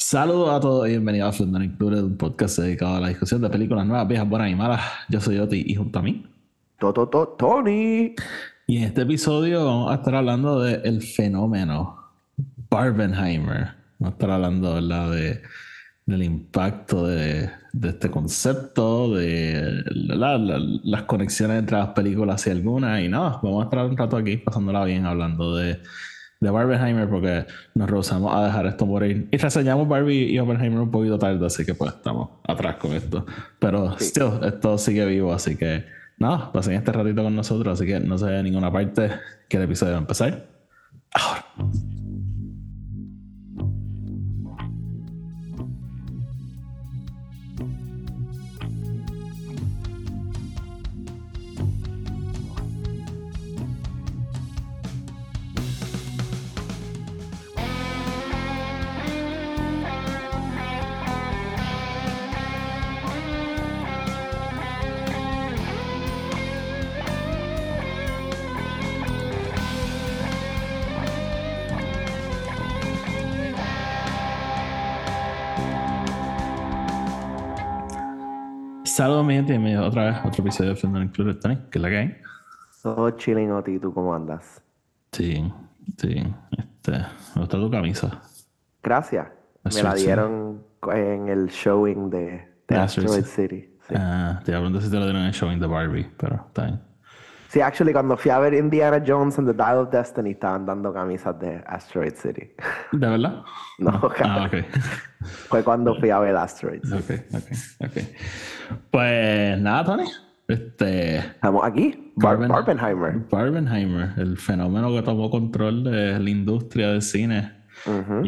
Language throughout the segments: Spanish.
Saludos a todos y bienvenidos a Fandom Included, un podcast dedicado a la discusión de películas nuevas, viejas, buenas y malas. Yo soy Oti y junto a mí. Tony. Y en este episodio vamos a estar hablando del fenómeno Barbenheimer. Vamos a estar hablando, ¿verdad?, del impacto de este concepto, de las conexiones entre las películas y algunas. Y nada, vamos a estar un rato aquí pasándola bien hablando de Barbenheimer porque nos rehusamos a dejar esto morir. Y reseñamos Barbie y Oppenheimer un poquito tarde, así que pues estamos atrás con esto. Pero Sí. still, esto sigue vivo, así que nada, pasen este ratito con nosotros, así que no se vaya a ninguna parte, que el episodio va a empezar ahora. Saludos mi gente y bienvenidos otra vez a otro episodio de Fandom Included, Tony, que es la que hay. Todo chilling, Oti. ¿Tú cómo andas? Sí, me gusta tu camisa. Gracias. Me Asteroid la dieron en el showing de Asteroid Asteroid City. Sí. Te iba a preguntar si te lo dieron en el showing de Barbie, pero está bien. Sí, actually, cuando fui a ver Indiana Jones and the Dial of Destiny, estaban dando camisas de Asteroid City. ¿De verdad? No, Ok. fue cuando fui a ver Asteroid City. Ok. Pues nada, Tony. Estamos aquí. Barbenheimer. Barbenheimer, el fenómeno que tomó control de la industria del cine. Ujú.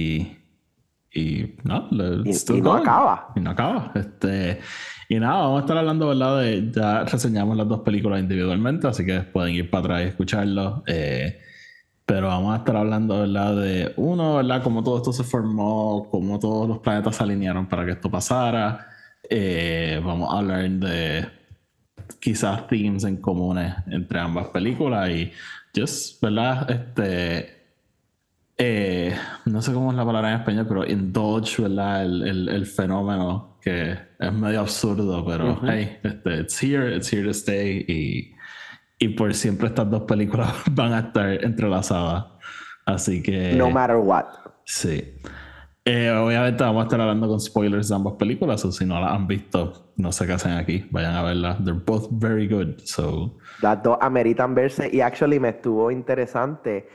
Y no, Y no acaba. Y no acaba. Y nada, vamos a estar hablando, ¿verdad? Ya reseñamos las dos películas individualmente, así que pueden ir para atrás y escucharlo. Pero vamos a estar hablando, ¿verdad? De uno, ¿verdad? Cómo todo esto se formó, cómo todos los planetas se alinearon para que esto pasara. Vamos a hablar de quizás themes en comunes entre ambas películas y just, ¿verdad? No sé cómo es la palabra en español, pero indulge, ¿verdad? El fenómeno que es medio absurdo, pero hey, it's here to stay y por siempre estas dos películas van a estar entrelazadas. Así que... No matter what. Sí. Obviamente vamos a estar hablando con spoilers de ambas películas, o si no las han visto, no sé qué hacen aquí, vayan a verlas. They're both very good, so... Las dos ameritan verse. Y actually me estuvo interesante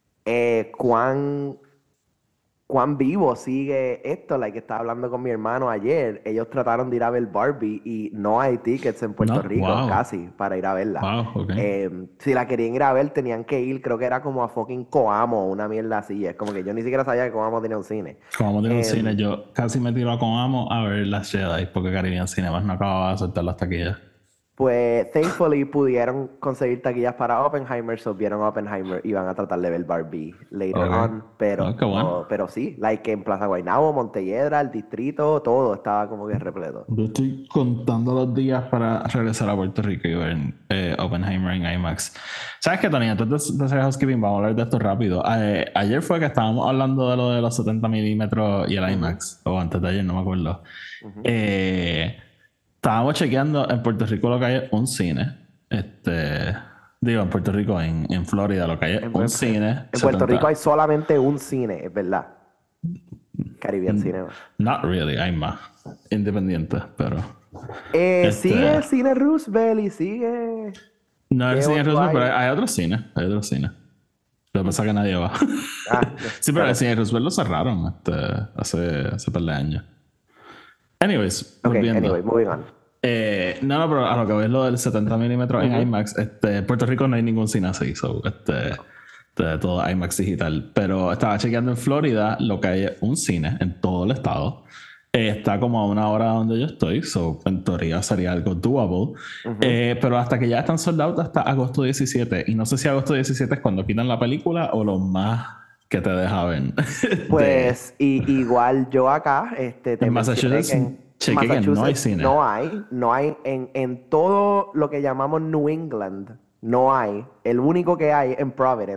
cuán vivo sigue esto. Like, estaba hablando con mi hermano ayer. Ellos trataron de ir a ver Barbie y no hay tickets en Puerto No, Rico wow. casi para ir a verla. Wow, ok. Si la querían ir a ver, tenían que ir, creo que era como a fucking Coamo, una mierda así. Es como que yo ni siquiera sabía que Coamo tenía un cine. Como tiene un cine, yo casi me tiro a Coamo a ver las Jedi, porque Caribbean Cinemas no acababa de soltar las taquillas. Pues, thankfully, pudieron conseguir taquillas para Oppenheimer, so vieron Oppenheimer y van a tratar de ver Barbie later Ok. on, pero, Qué bueno. pero sí, like en Plaza Guaynabo, Montelledra, el distrito, todo estaba como que repleto. Yo estoy contando los días para regresar a Puerto Rico y ver Oppenheimer en IMAX. ¿Sabes qué, Tony? Antes de hacer housekeeping, vamos a hablar de esto rápido. Ayer fue que estábamos hablando de lo de los 70 milímetros y el IMAX, o antes de ayer, no me acuerdo. Estábamos chequeando en Puerto Rico lo que hay es un cine. Digo, en Puerto Rico, en Florida, lo que hay es un cine. En Puerto Rico hay solamente un cine, es verdad. Caribbean Cinema. Not really, hay más independientes, pero... Sigue el cine Roosevelt y sigue... No es el cine Roosevelt, hay? pero hay otros cines. Hay otros cines. Lo que pasa es que nadie va. Sí, pero el cine Roosevelt lo cerraron hace par de años. Anyways, volviendo. Anyway, moving on. No, pero a lo que ves lo del 70 milímetros en IMAX, Puerto Rico no hay ningún cine así, so, todo IMAX digital. Pero estaba chequeando en Florida, lo que hay es un cine en todo el estado. Está como a una hora donde yo estoy, so en teoría sería algo doable. Pero hasta que ya están soldados hasta agosto 17. Y no sé si agosto 17 es cuando quitan la película o lo más que te deja ver. Pues igual yo acá, te En mencioné Massachusetts, que en chequeé que no hay Massachusetts cine. no hay en todo lo que llamamos New England, no hay. El único que hay en Providence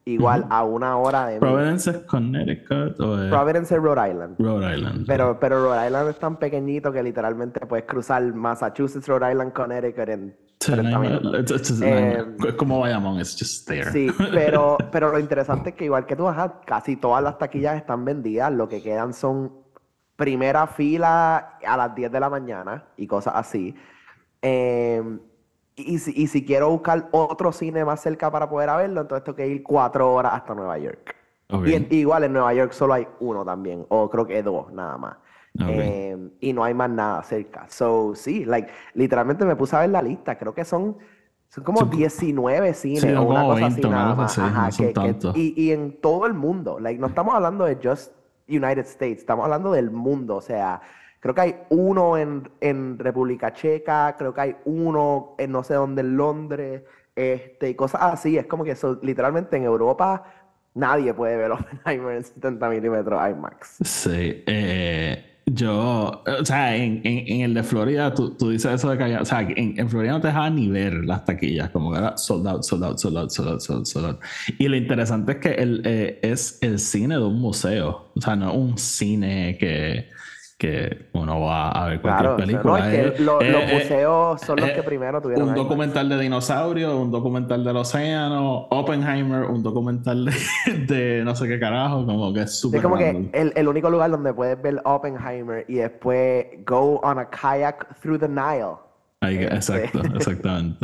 igual a 1 hora de mí. Providence es Connecticut o es Providence es Rhode Island. Rhode Island. Pero Rhode Island es tan pequeñito que literalmente puedes cruzar Massachusetts, Rhode Island, Connecticut en Sí, 30 minutos. es como Bayamón, it's just there. Sí, pero lo interesante es que igual que tú, ajá, casi todas las taquillas están vendidas, lo que quedan son primera fila a las 10 de la mañana y cosas así. Eh, y si quiero buscar otro cine más cerca para poder verlo, entonces tengo que ir 4 horas hasta Nueva York. Ok. Igual en Nueva York solo hay uno también, o creo que dos nada más. Ok. Y no hay más nada cerca. So, sí, literalmente me puse a ver la lista. Creo que son como 19 cines Sí, o una como cosa 20, así una nada cosa más. así, Ajá, no son tantos. y en todo el mundo. No estamos hablando de just United States, estamos hablando del mundo. O sea, creo que hay uno en República Checa, creo que hay uno en no sé dónde, en Londres, y cosas así. Es como que literalmente en Europa nadie puede ver Oppenheimer en 70 milímetros IMAX. Sí, o sea, en el de Florida, tú dices eso de que o sea, en Florida no te dejaban ni ver las taquillas, como que era sold out, sold out, sold out, sold out, sold out, sold out. Y lo interesante es que es el cine de un museo, o sea, no es un cine que uno va a ver cualquier Claro, o sea, no, es película. que los museos son los que Es primero tuvieron un IMAX. documental de dinosaurios, un documental del océano, Oppenheimer, un documental de no sé qué carajo, como que es Es súper como random. que el único lugar donde puedes ver Oppenheimer y después go on a kayak through the Nile. Exacto, exactamente.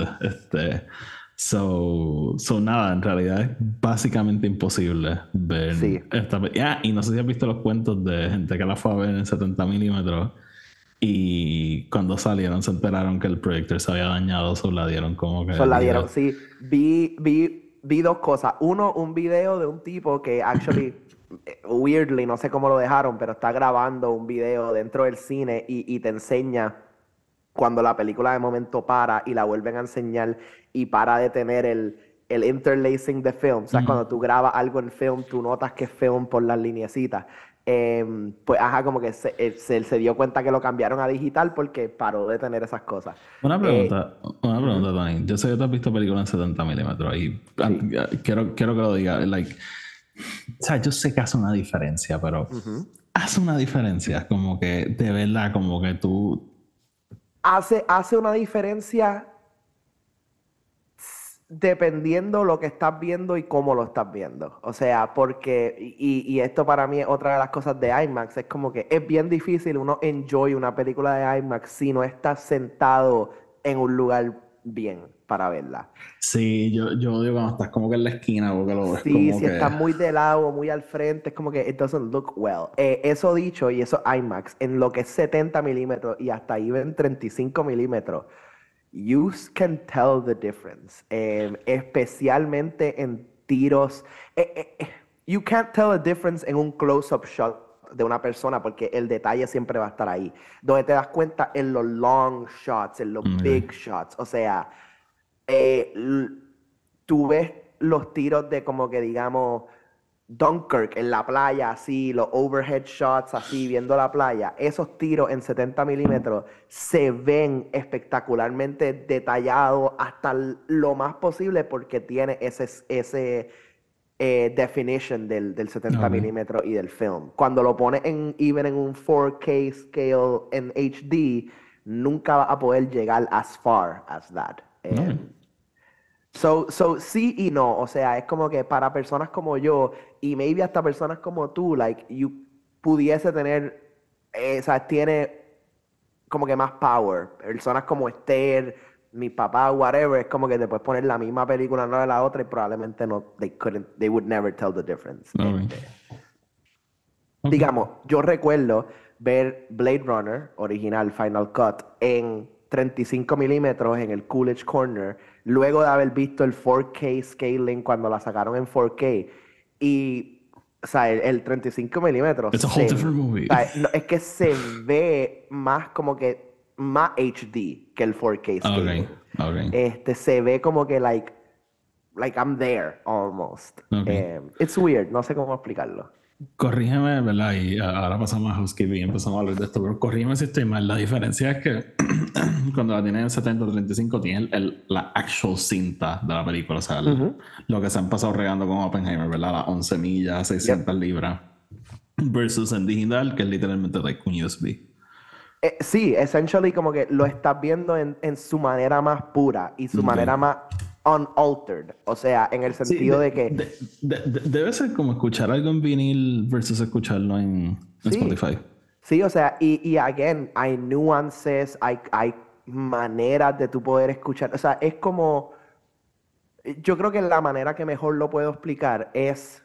Nada, en realidad es básicamente imposible ver Sí. esta y no sé si has visto los cuentos de gente que la fue a ver en 70 milímetros y cuando salieron se enteraron que el proyector se había dañado, solo la dieron como que La dieron. Sí, vi dos cosas. Uno, un video de un tipo que actually, weirdly, no sé cómo lo dejaron, pero está grabando un video dentro del cine y te enseña cuando la película de momento para y la vuelven a enseñar y para de tener el interlacing de film. O sea, cuando tú grabas algo en film, tú notas que es film por las lineecitas. Pues, ajá, como que se dio cuenta que lo cambiaron a digital porque paró de tener esas cosas. Una Eh, pregunta, Tony. Yo sé que tú has visto películas en 70 milímetros y sí. quiero que lo digas. O sea, yo sé que hace una diferencia, pero Ujú. hace una diferencia. Como que de verdad, como que tú. Hace una diferencia dependiendo lo que estás viendo y cómo lo estás viendo. O sea, porque, y esto para mí es otra de las cosas de IMAX, es como que es bien difícil uno enjoy una película de IMAX si no estás sentado en un lugar bien para verla. Sí, yo odio cuando estás como que en la esquina porque lo ves Sí, como si que. estás muy de lado o muy al frente, es como que it doesn't look well. Eso dicho, y eso IMAX, en lo que es 70 milímetros y hasta ahí ven 35 milímetros, you can tell the difference. Especialmente en tiros. You can't tell the difference en un close-up shot de una persona porque el detalle siempre va a estar ahí. Donde te das cuenta en los long shots, en los Okay. big shots. O sea, eh, l- tú ves los tiros de como que digamos Dunkirk en la playa, así, los overhead shots, así, viendo la playa, esos tiros en 70 milímetros se ven espectacularmente detallados hasta lo más posible porque tiene ese definition del 70 Okay. milímetros y del film. Cuando lo pones even en un 4K scale en HD, nunca va a poder llegar as far as that. Okay. Sí y no, o sea, es como que para personas como yo y maybe hasta personas como tú, pudiese tener, o sea, tiene como que más power. Personas como Esther, mi papá, whatever, es como que te puedes poner la misma película una de la otra y probablemente no, they would never tell the difference. Okay. Okay. Digamos, yo recuerdo ver Blade Runner, original Final Cut, en 35 milímetros en el Coolidge Corner, luego de haber visto el 4K scaling cuando la sacaron en 4K. Y, o sea, el 35 milímetros It's a whole different movie. o sea, es que se ve más como que más HD que el 4K Okay. scaling. Okay. Se ve como que like I'm there almost. Okay. It's weird, no sé cómo explicarlo. corrígeme, ¿verdad? Y ahora pasamos a housekeeping y empezamos a hablar de esto, pero corrígeme si estoy mal. La diferencia es que cuando la tienen en 70 o 35 tienen la actual cinta de la película, o sea, Ujú. lo que se han pasado regando con Oppenheimer, ¿verdad? Las 11 millas, Yep. 600 libras, versus en digital, que es literalmente like un USB. Sí, essentially como que lo estás viendo en su manera más pura y su Ok. manera más unaltered. O sea, en el Sí, sentido de que debe ser como escuchar algo en vinil versus escucharlo en sí, Spotify. sí, o sea, y again, hay nuances, hay maneras de tú poder escuchar. O sea, es como, yo creo que la manera que mejor lo puedo explicar es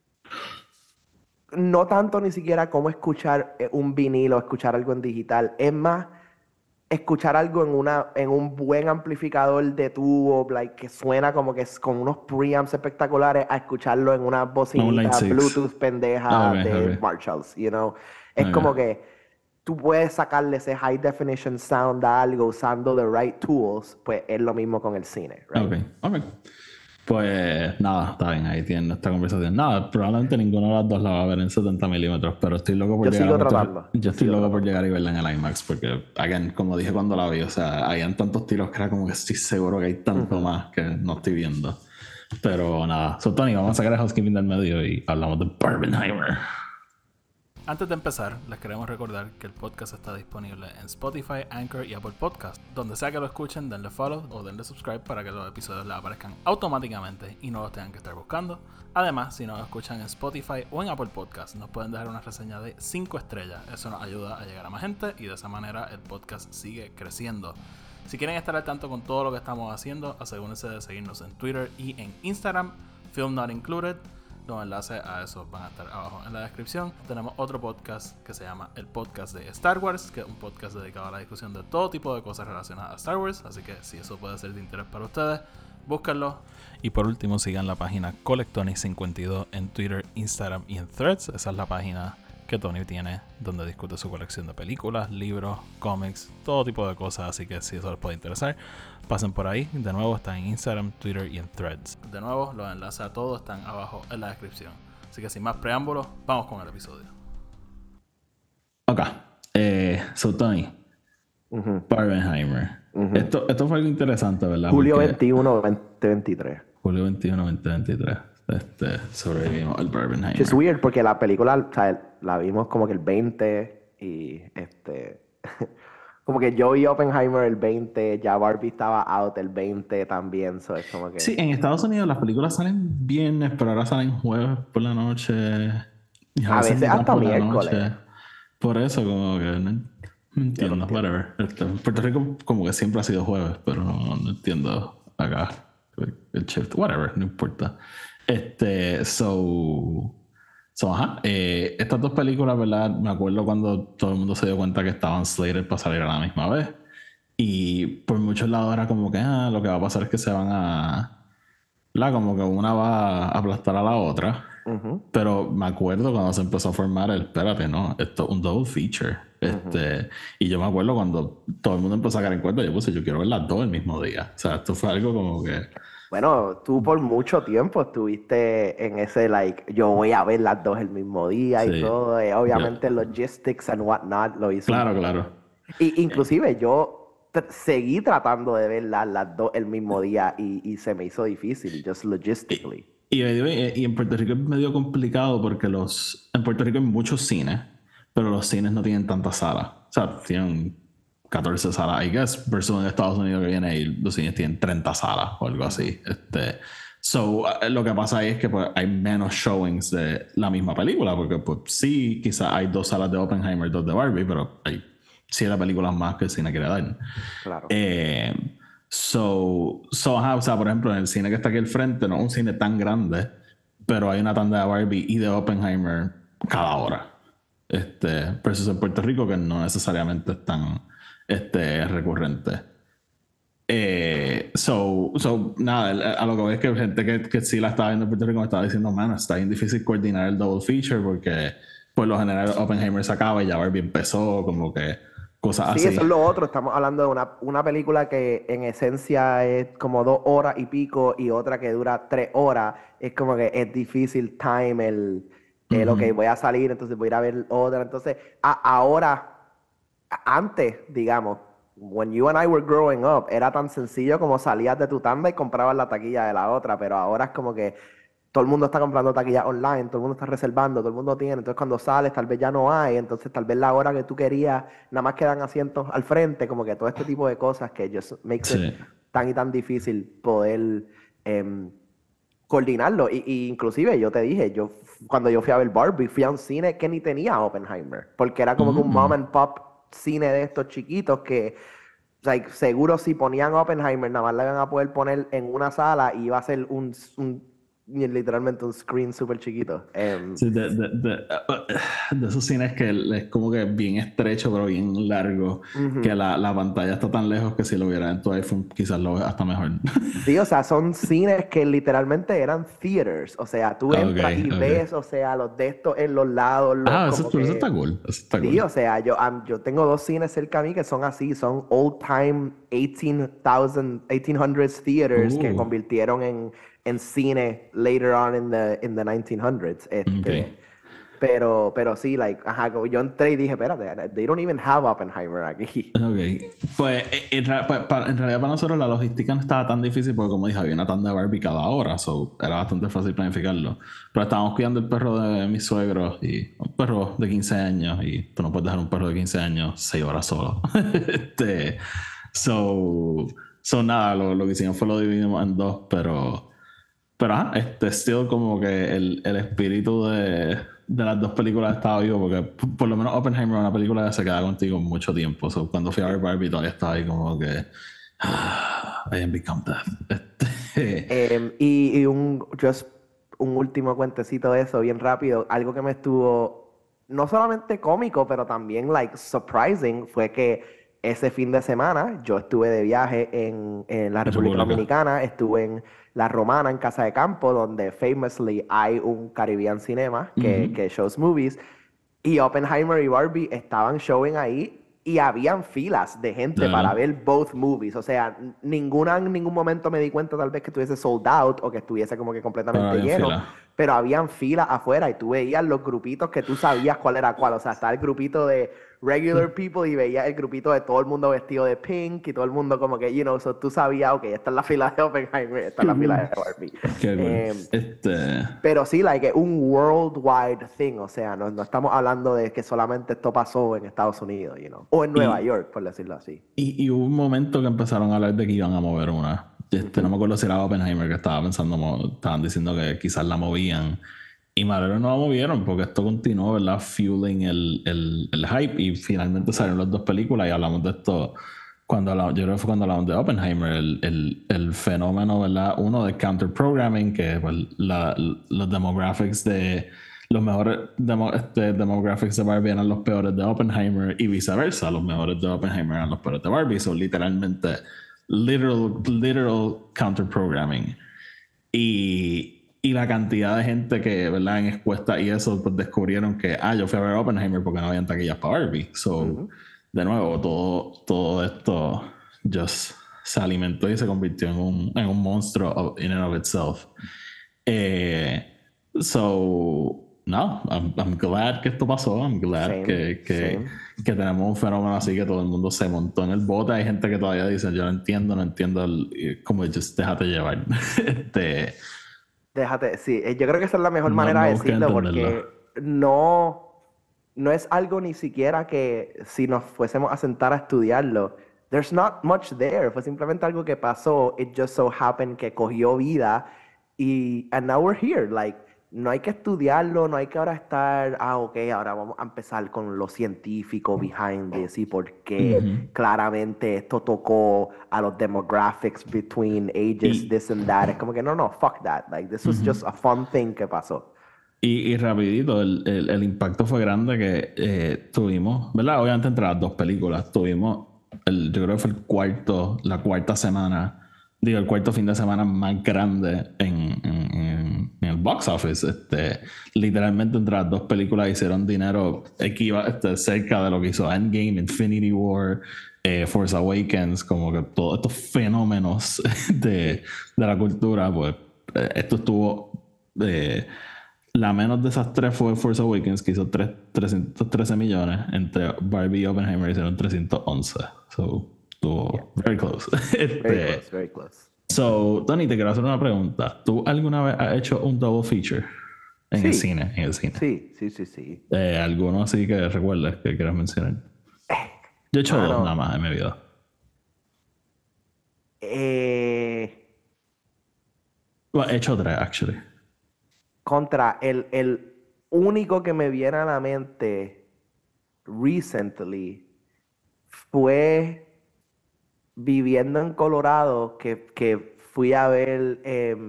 no tanto ni siquiera cómo escuchar un vinilo o escuchar algo en digital, es más escuchar algo en un buen amplificador de tubo, like, que suena como que es con unos preamps espectaculares, a escucharlo en una No, un Line bocinita 6. Bluetooth pendeja Ok, de ok. Marshalls, you know. Es como Ok, que tú puedes sacarle ese high definition sound a algo usando the right tools, pues es lo mismo con el cine, right? ok, ok. Pues nada, está bien, ahí tienen nuestra conversación. Nada, probablemente ninguno de los dos la va a ver en 70 milímetros, pero estoy loco por Yo llegar a sigo Puerto Rico. tratando, Yo yo estoy sigo loco por tratando. llegar y verla en el IMAX, porque, again, como dije cuando la vi, o sea, habían tantos tiros que era como que estoy seguro que hay tanto Ujú. más que no estoy viendo. Pero nada, so Tony, vamos a sacar el housekeeping del medio y hablamos de Barbenheimer. Antes de empezar, les queremos recordar que el podcast está disponible en Spotify, Anchor y Apple Podcast. Donde sea que lo escuchen, denle follow o denle subscribe para que los episodios les aparezcan automáticamente y no los tengan que estar buscando. Además, si nos escuchan en Spotify o en Apple Podcast, nos pueden dejar una reseña de 5 estrellas. Eso nos ayuda a llegar a más gente y de esa manera el podcast sigue creciendo. Si quieren estar al tanto con todo lo que estamos haciendo, asegúrense de seguirnos en Twitter y en Instagram, Film Not Included. Los enlaces a eso van a estar abajo en la descripción. Tenemos otro podcast que se llama El Podcast de Star Wars, que es un podcast dedicado a la discusión de todo tipo de cosas relacionadas a Star Wars. Así que si eso puede ser de interés para ustedes, búsquenlo. Y por último, sigan la página Colectonic52 en Twitter, Instagram y en Threads. Esa es la página que Tony tiene donde discute su colección de películas, libros, cómics, todo tipo de cosas. Así que si eso les puede interesar, pasen por ahí. De nuevo, están en Instagram, Twitter y en Threads. De nuevo, los enlaces a todos están abajo en la descripción. Así que sin más preámbulos, vamos con el episodio. Ok, so Tony, Ujú, Barbenheimer. ujú. Esto fue algo interesante, ¿verdad? Julio Porque 21, 2023. julio 21, 2023, sobrevivimos al Which is Barbenheimer. weird porque la película, o sea, la vimos como que el 20 y como que yo vi Oppenheimer el 20, ya Barbie estaba out el 20 también, so es como Sí, que en Estados Unidos las películas salen viernes, pero ahora salen jueves por la noche y a a veces veces mitad hasta por la miércoles. noche. Por eso, como que no Yo no entiendo, entiendo. whatever. En Puerto Rico, como que siempre ha sido jueves, pero no entiendo acá el shift, whatever, no importa. Ajá. Estas dos películas, ¿verdad? Me acuerdo cuando todo el mundo se dio cuenta que estaban slated para salir a la misma vez. Y por muchos lados era como que, lo que va a pasar es que se van como que una va a aplastar a la otra. Ujú, Pero me acuerdo cuando se empezó a formar espérate, ¿no? Esto es un double feature. ujú. Y yo me acuerdo cuando todo el mundo empezó a caer en cuenta, yo quiero ver las dos el mismo día. O sea, esto fue algo como que, Bueno, tú por mucho tiempo estuviste en ese, like, yo voy a ver las dos el mismo día y sí, todo. yo, Obviamente logistics and whatnot lo hizo un claro, poco. claro. Y inclusive yo seguí tratando de ver las dos el mismo día y se me hizo difícil, just logistically. Y en Puerto Rico es medio complicado porque en Puerto Rico hay muchos cines, pero los cines no tienen tantas salas. O sea, tienen 14 salas, I guess, versus en Estados Unidos que viene y los cines tienen 30 salas o algo Ujú, así. Lo que pasa ahí es que pues, hay menos showings de la misma película, porque pues sí, quizás hay 2 salas de Oppenheimer, 2 de Barbie, pero hay 7 películas más que el cine quiere dar. claro. Eh, ajá, o sea, por ejemplo, en el cine que está aquí al frente, no es un cine tan grande, pero hay una tanda de Barbie y de Oppenheimer cada hora. Versus en Puerto Rico, que no necesariamente es tan recurrente. Nada, a lo que veo es que gente que sí la estaba viendo en Puerto Rico me estaba diciendo, man, está bien difícil coordinar el double feature porque por lo general Oppenheimer se acaba y ya Barbie empezó, como que cosas Sí, eso así. es lo otro. Estamos hablando de una película que en esencia es como 2 horas y pico y otra que dura 3 horas. Es como que es difícil time Ok, voy a salir, entonces voy a ir a ver otra. Entonces, ahora, antes, digamos, when you and I were growing up, era tan sencillo como salías de tu tanda y comprabas la taquilla de la otra, pero ahora es como que todo el mundo está comprando taquillas online, todo el mundo está reservando, todo el mundo tiene, entonces cuando sales tal vez ya no hay, entonces tal vez la hora que tú querías, nada más quedan asientos al frente, como que todo este tipo de cosas que just makes it tan y tan difícil poder coordinarlo. Y inclusive yo te dije, cuando yo fui a ver Barbie, fui a un cine que ni tenía Oppenheimer, porque era como que un mom and pop cine de estos chiquitos que like, seguro si ponían Oppenheimer nada más la iban a poder poner en una sala y iba a ser literalmente un screen súper chiquito. Sí, de esos cines que es como que bien estrecho pero bien largo, que la pantalla está tan lejos que si lo vieras en tu iPhone quizás lo ves hasta mejor. Sí, o sea, son cines que literalmente eran theaters, o sea, tú entras y ves, o sea, los de estos en los lados, eso está cool. Eso está sí, cool. o sea, yo tengo 2 cines cerca a mí que son así, son old time 1800s theaters que convirtieron en cine later on in the 1900s. Pero sí, like, ajá, yo entré y dije, espérate, they don't even have Oppenheimer aquí. Ok, pues en realidad para nosotros la logística no estaba tan difícil porque como dije, había una tanda de Barbie cada hora, so era bastante fácil planificarlo. Pero estábamos cuidando el perro de mis suegros y un perro de 15 años y tú no puedes dejar un perro de 15 años 6 horas solo. So nada, lo que hicimos fue lo dividimos en dos, pero still como que el espíritu de las dos películas estaba vivo, porque por lo menos Oppenheimer es una película que se queda contigo mucho tiempo. So, cuando fui a ver Barbie todavía estaba ahí como que I am become death. Y un último cuentecito de eso, bien rápido. Algo que me estuvo no solamente cómico, pero también like surprising, fue que ese fin de semana yo estuve de viaje en la República Dominicana, estuve en La Romana, en Casa de Campo, donde famously hay un Caribbean Cinema que shows movies, y Oppenheimer y Barbie estaban showing ahí y habían filas de gente para ver both movies. O sea, en ningún momento me di cuenta tal vez que estuviese sold out o que estuviese como que completamente lleno. Pero habían filas afuera y tú veías los grupitos que tú sabías cuál era cuál. O sea, está el grupito de regular people y veías el grupito de todo el mundo vestido de pink y todo el mundo como que, so tú sabías, ok, esta es la fila de Oppenheimer, esta es la fila de Barbie. Pero sí, like, un worldwide thing, o sea, no estamos hablando de que solamente esto pasó en Estados Unidos, o en Nueva York, por decirlo así. Y hubo un momento que empezaron a hablar de que iban a mover una. No me acuerdo si era Oppenheimer que estaba pensando, estaban diciendo que quizás la movían. Y Marero no la movieron porque esto continuó, ¿verdad? Fueling el hype. Y finalmente salieron las dos películas y hablamos de esto yo creo que fue cuando hablamos de Oppenheimer, el fenómeno, ¿verdad? Uno de counter-programming, que pues, los demographics de... Los mejores demographics de Barbie eran los peores de Oppenheimer y viceversa. Los mejores de Oppenheimer eran los peores de Barbie. Son literalmente literal counter-programming. Y la cantidad de gente que, ¿verdad? En encuestas y eso, pues descubrieron que, yo fui a ver Oppenheimer porque no habían taquillas para Barbie. So, de nuevo, todo esto just se alimentó y se convirtió en un monstruo in and of itself. No, I'm glad que esto pasó. I'm glad que tenemos un fenómeno así que todo el mundo se montó en el bote. Hay gente que todavía dice, yo no entiendo como just déjate llevar. Déjate, sí, yo creo que esa es la mejor manera de decirlo, porque no es algo ni siquiera que si nos fuésemos a sentar a estudiarlo, there's not much there, fue simplemente algo que pasó, it just so happened que cogió vida and now we're here, like, no hay que estudiarlo, no hay que ahora estar, ok, ahora vamos a empezar con lo científico behind this y por qué claramente esto tocó a los demographics between ages, this and that. Es como que no, fuck that. Like, this was just a fun thing que pasó. Y rapidito, el impacto fue grande que tuvimos, ¿verdad? Obviamente entre las dos películas tuvimos, yo creo que fue la cuarta semana, el cuarto fin de semana más grande en el box office. Literalmente entre las dos películas hicieron dinero cerca de lo que hizo Endgame, Infinity War, Force Awakens, como que todos estos fenómenos de la cultura, pues esto estuvo La menos de esas tres fue Force Awakens, que hizo 313 millones. Entre Barbie y Oppenheimer hicieron 311. So, estuvo very close. Very close. So, Tony, te quiero hacer una pregunta. ¿Tú alguna vez has hecho un double feature en el cine? En el cine. Sí. ¿Alguno así que recuerdes que quieras mencionar? Yo he hecho dos nada más en mi vida. Well, he hecho tres, actually. Contra el único que me viene a la mente recently fue viviendo en Colorado que fui a ver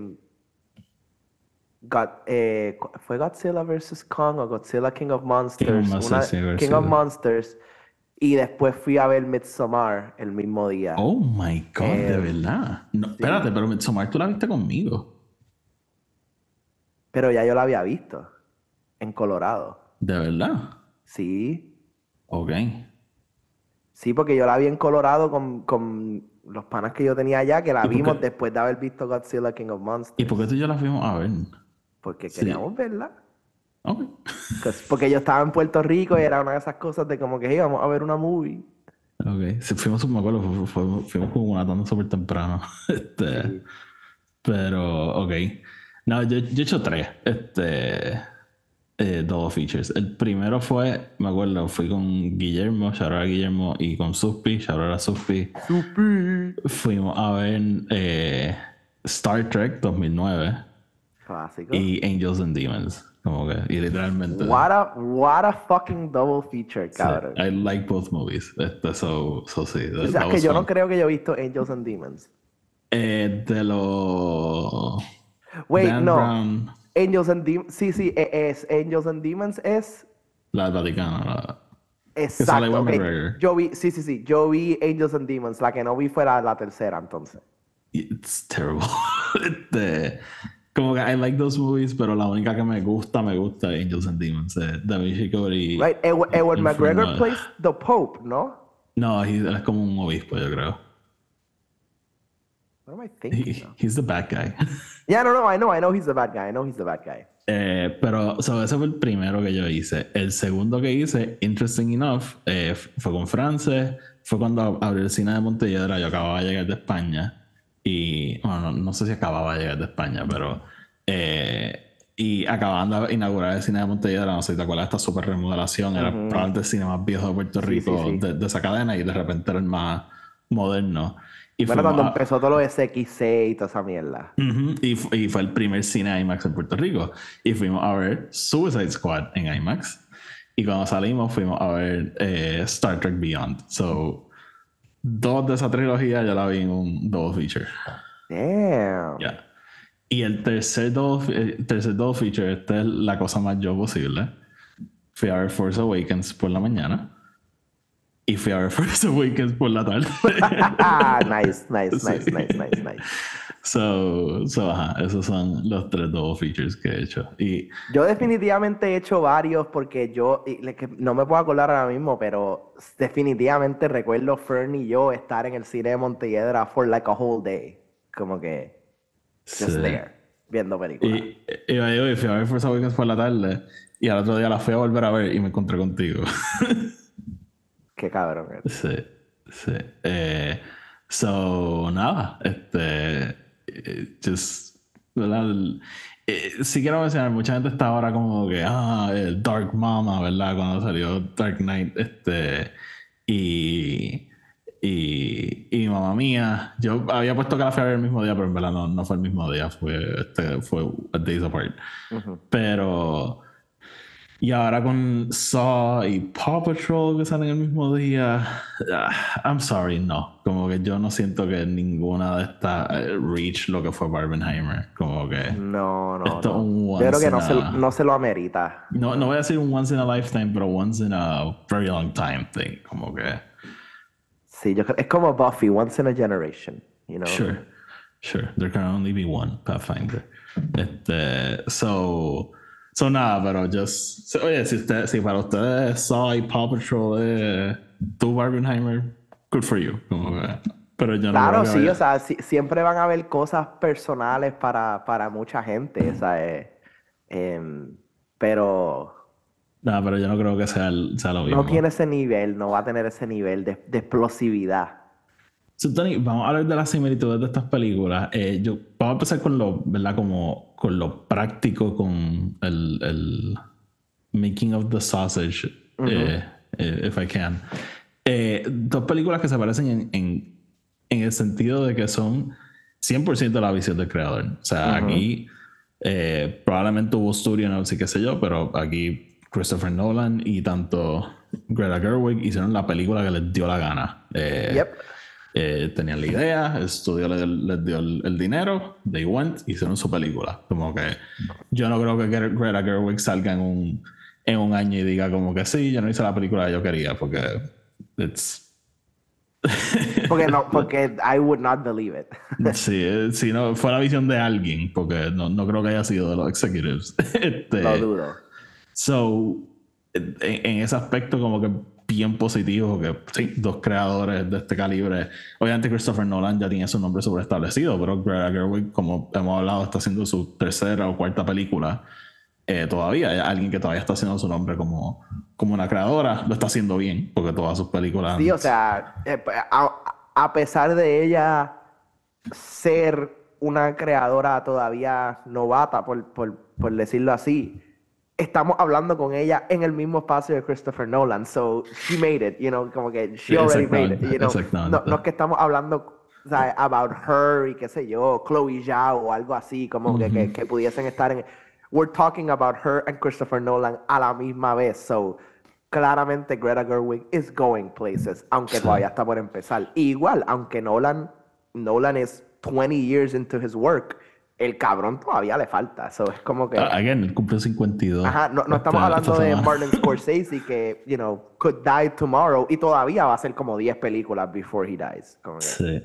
¿fue Godzilla vs. Kong o Godzilla King of Monsters? King of Monsters. Y después fui a ver Midsommar el mismo día. Oh my God, de verdad. No, sí. Espérate, pero Midsommar tú la viste conmigo. Pero ya yo la había visto en Colorado. ¿De verdad? Sí. Ok. Sí, porque yo la vi en Colorado con los panas que yo tenía allá, que la vimos después de haber visto Godzilla King of Monsters. ¿Y por qué tú y yo la fuimos a ver? Porque queríamos verla. Ok. Porque yo estaba en Puerto Rico y era una de esas cosas de como que íbamos a ver una movie. Ok. Sí, me acuerdo, fuimos como una tanda súper temprano. Sí. Pero, ok. No, yo he hecho tres double features. El primero fue, me acuerdo, fui con Guillermo, shout out a Guillermo, y con Suspi, shout out a Suspi. Fuimos a ver Star Trek 2009. Clásico. Y Angels and Demons. Como que, y literalmente. What a fucking double feature, cabrón. Sí, I like both movies. So sí. O sea, que yo no creo que yo he visto Angels and Demons. De los. Wait, Dan no. Brown. Angels and Demons. Sí, es Angels and Demons es. La Vaticana. Exacto. Okay. Yo vi, sí. Yo vi Angels and Demons. La que no vi fue la tercera, entonces. It's terrible. Como que I like those movies, pero la única que me gusta Angels and Demons. Da Vinci Cody. Right. Ewan McGregor plays the Pope, ¿no? No, él es como un obispo, yo creo. What am I thinking? He's the bad guy. Yeah, no, I know he's the bad guy. Pero ese fue el primero que yo hice. El segundo que hice, interesting enough, fue con France. Fue cuando abrió el cine de Montelledra. Yo acababa de llegar de España. Y bueno, no sé si acababa de llegar de España, pero y acababan de inaugurar el cine de Montelledra, no sé si te acuerdas de esta super remodelación, era probablemente el cine más viejo de Puerto Rico. Sí. De esa cadena, y de repente era el más moderno. Y bueno, cuando empezó todo lo de SXC y toda esa mierda. Y fue el primer cine IMAX en Puerto Rico. Y fuimos a ver Suicide Squad en IMAX. Y cuando salimos fuimos a ver Star Trek Beyond. So, dos de esa trilogía yo la vi en un double feature. Damn. Yeah. Y el tercer double feature, esta es la cosa más yo posible. Fui a ver Force Awakens por la mañana. Y fui a ver Force Awakens por la tarde. Nice. So, ajá, esos son los tres double features que he hecho. Y yo definitivamente he hecho varios porque no me puedo acordar ahora mismo, pero definitivamente recuerdo Fern y yo estar en el cine de Montelledra for like a whole day. Como que just there, viendo películas. Y fui a ver Force Awakens por la tarde y al otro día la fui a volver a ver y me encontré contigo. Qué cabrón. Sí. So, nada, ¿verdad? Sí quiero mencionar, mucha gente está ahora como que, el Dark Mama, ¿verdad? Cuando salió Dark Knight, y mamá mía, yo había puesto que la fui a ver el mismo día, pero en verdad no fue el mismo día, fue a days apart. Pero... Y ahora con Saw y Paw Patrol que salen el mismo día, I'm sorry, no. Como que yo no siento que ninguna de estas reach lo que fue Barbenheimer. Como que... No. Yo creo que no se lo amerita. No voy a decir un once in a lifetime, pero once in a very long time thing. Como que... Sí, yo creo, es como Buffy, once in a generation, you know? Sure. There can only be one Pathfinder. So nada, pero oye, si para ustedes Saw y Paw Patrol es tu Barbenheimer, good for you. Pero yo no claro, sí, o sea, siempre van a haber cosas personales para mucha gente, ¿sabes? Pero No, pero yo no creo que sea lo no mismo. tiene ese nivel, no va a tener ese nivel de explosividad. So, Tony, vamos a hablar de las similitudes de estas películas. Vamos a empezar con lo, ¿verdad? Como con lo práctico, con el Making of the Sausage, if I can. Dos películas que se parecen en el sentido de que son 100% la visión del creador. O sea, aquí probablemente hubo studio notes y qué sé yo, pero aquí Christopher Nolan y tanto Greta Gerwig hicieron la película que les dio la gana. Yep. Tenían la idea, el estudio les dio el dinero, they went, hicieron su película. Como que yo no creo que Greta Gerwig salga en un año y diga como que sí, yo no hice la película que yo quería, porque Porque I would not believe it. sí, si no fue la visión de alguien, porque no creo que haya sido de los executives. Lo dudo. So, en ese aspecto como que bien positivo, que sí, dos creadores de este calibre. Obviamente Christopher Nolan ya tiene su nombre sobreestablecido, pero Greta Gerwig, como hemos hablado, está haciendo su tercera o cuarta película. Todavía hay alguien que todavía está haciendo su nombre como una creadora, lo está haciendo bien, porque todas sus películas... Sí, o sea, a pesar de ella ser una creadora todavía novata, por decirlo así, estamos hablando con ella en el mismo espacio de Christopher Nolan. So, she made it, como que she already made it, exactamente. No es que estamos hablando, o sea, about her y qué sé yo, Chloe Zhao o algo así, como que pudiesen estar en... We're talking about her and Christopher Nolan a la misma vez. So, claramente Greta Gerwig is going places, aunque todavía está por empezar. Y igual, aunque Nolan es 20 years into his work, el cabrón todavía le falta. So, es como que... Again, él cumplió 52. Ajá, no estamos hablando de Martin Scorsese que, could die tomorrow y todavía va a ser como 10 películas before he dies. Como que...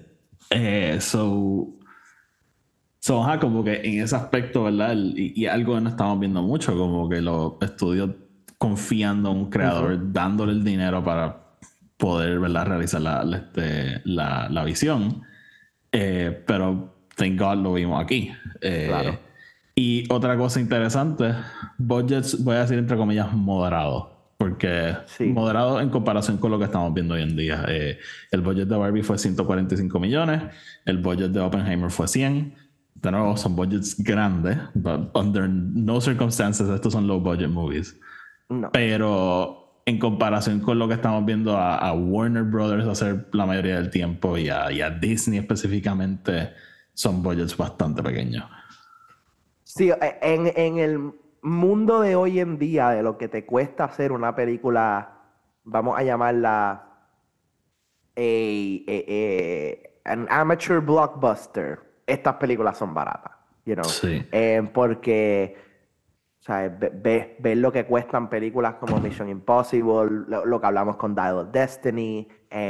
Sí. Ajá, como que en ese aspecto, ¿verdad? Y algo que no estamos viendo mucho, como que los estudios confiando en un creador, dándole el dinero para poder, ¿verdad? Realizar la visión. Pero thank God lo vimos aquí. Claro. Y otra cosa interesante, budgets, voy a decir entre comillas, moderados. Porque moderado en comparación con lo que estamos viendo hoy en día. El budget de Barbie fue 145 millones, el budget de Oppenheimer fue 100. De nuevo, son budgets grandes, but under no circumstances estos son low budget movies. No. Pero en comparación con lo que estamos viendo a Warner Brothers hacer la mayoría del tiempo y a Disney específicamente, son budgets bastante pequeños. Sí, en el mundo de hoy en día, de lo que te cuesta hacer una película, vamos a llamarla an amateur blockbuster, estas películas son baratas, Sí. Porque, o sea, ver lo que cuestan películas como Mission Impossible, lo que hablamos con Dial of Destiny,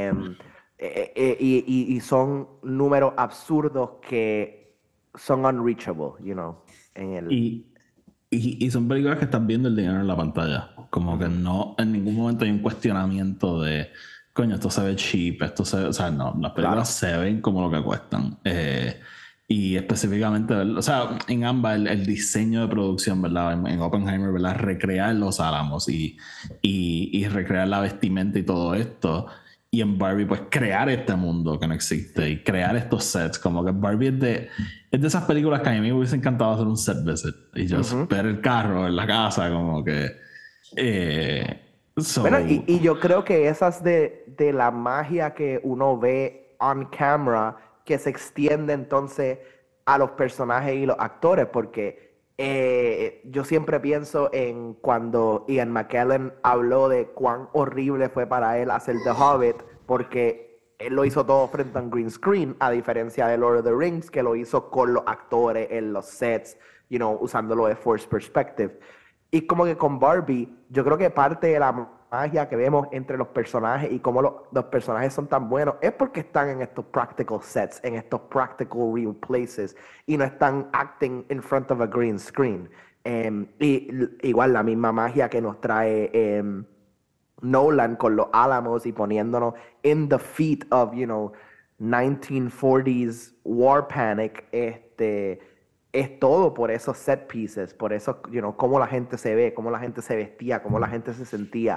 y son números absurdos que son unreachable, Y son películas que están viendo el dinero en la pantalla. Como que no, en ningún momento hay un cuestionamiento de, coño, esto se ve cheap, esto se ve... O sea, no, las películas se ven como lo que cuestan. Y específicamente, o sea, en ambas, el diseño de producción, ¿verdad? En Oppenheimer, ¿verdad? Recrear los álamos y recrear la vestimenta y todo esto. Y en Barbie, pues crear este mundo que no existe y crear estos sets. Como que Barbie es de esas películas que a mí me hubiese encantado hacer un set visit y just ver el carro en la casa, como que. Bueno, y yo creo que esas de la magia que uno ve on camera que se extiende entonces a los personajes y los actores, porque yo siempre pienso en cuando Ian McKellen habló de cuán horrible fue para él hacer The Hobbit, porque él lo hizo todo frente a un green screen, a diferencia de Lord of the Rings, que lo hizo con los actores en los sets, usándolo de forced perspective. Y como que con Barbie, yo creo que parte de la magia que vemos entre los personajes y cómo los personajes son tan buenos es porque están en estos practical sets, en estos practical real places y no están acting in front of a green screen. Y igual la misma magia que nos trae Nolan con los Álamos y poniéndonos in the feet of, 1940s war panic, es todo por esos set pieces, por eso, cómo la gente se ve, cómo la gente se vestía, cómo la gente se sentía.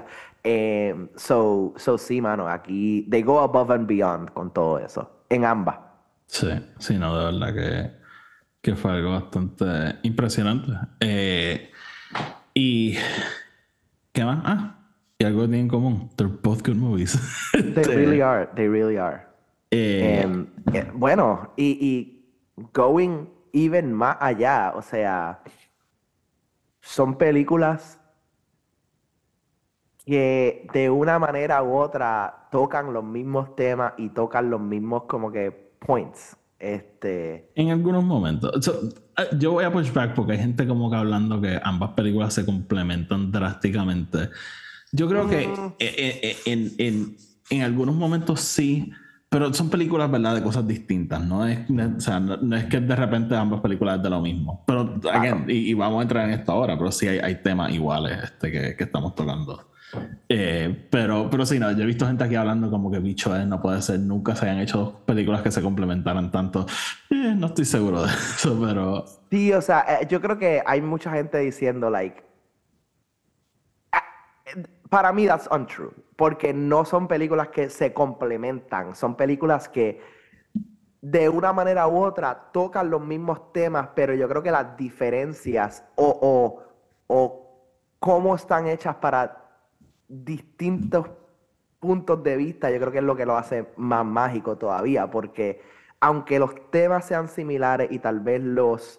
So sí, mano, aquí they go above and beyond con todo eso, en ambas. Sí, sí, no, de verdad que fue algo bastante impresionante. Y ¿qué más? Y algo que tienen en común. They're both good movies. They really are, they really are. eh, Bueno, y going even más allá, o sea, son películas que de una manera u otra tocan los mismos temas y tocan los mismos como que points. En algunos momentos. Yo voy a push back porque hay gente como que hablando que ambas películas se complementan drásticamente. Yo creo que en algunos momentos sí, pero son películas, ¿verdad?, de cosas distintas. O sea, no es que de repente ambas películas es de lo mismo. Pero, again, y vamos a entrar en esto ahora, pero sí hay temas iguales que estamos tocando. Pero sí, no, yo he visto gente aquí hablando como que bicho no puede ser, nunca se hayan hecho dos películas que se complementaran tanto. No estoy seguro de eso, pero Sí, o sea, yo creo que hay mucha gente diciendo, like, para mí that's untrue, porque no son películas que se complementan, son películas que de una manera u otra tocan los mismos temas, pero yo creo que las diferencias o cómo están hechas para distintos puntos de vista, yo creo que es lo que lo hace más mágico todavía, porque aunque los temas sean similares y tal vez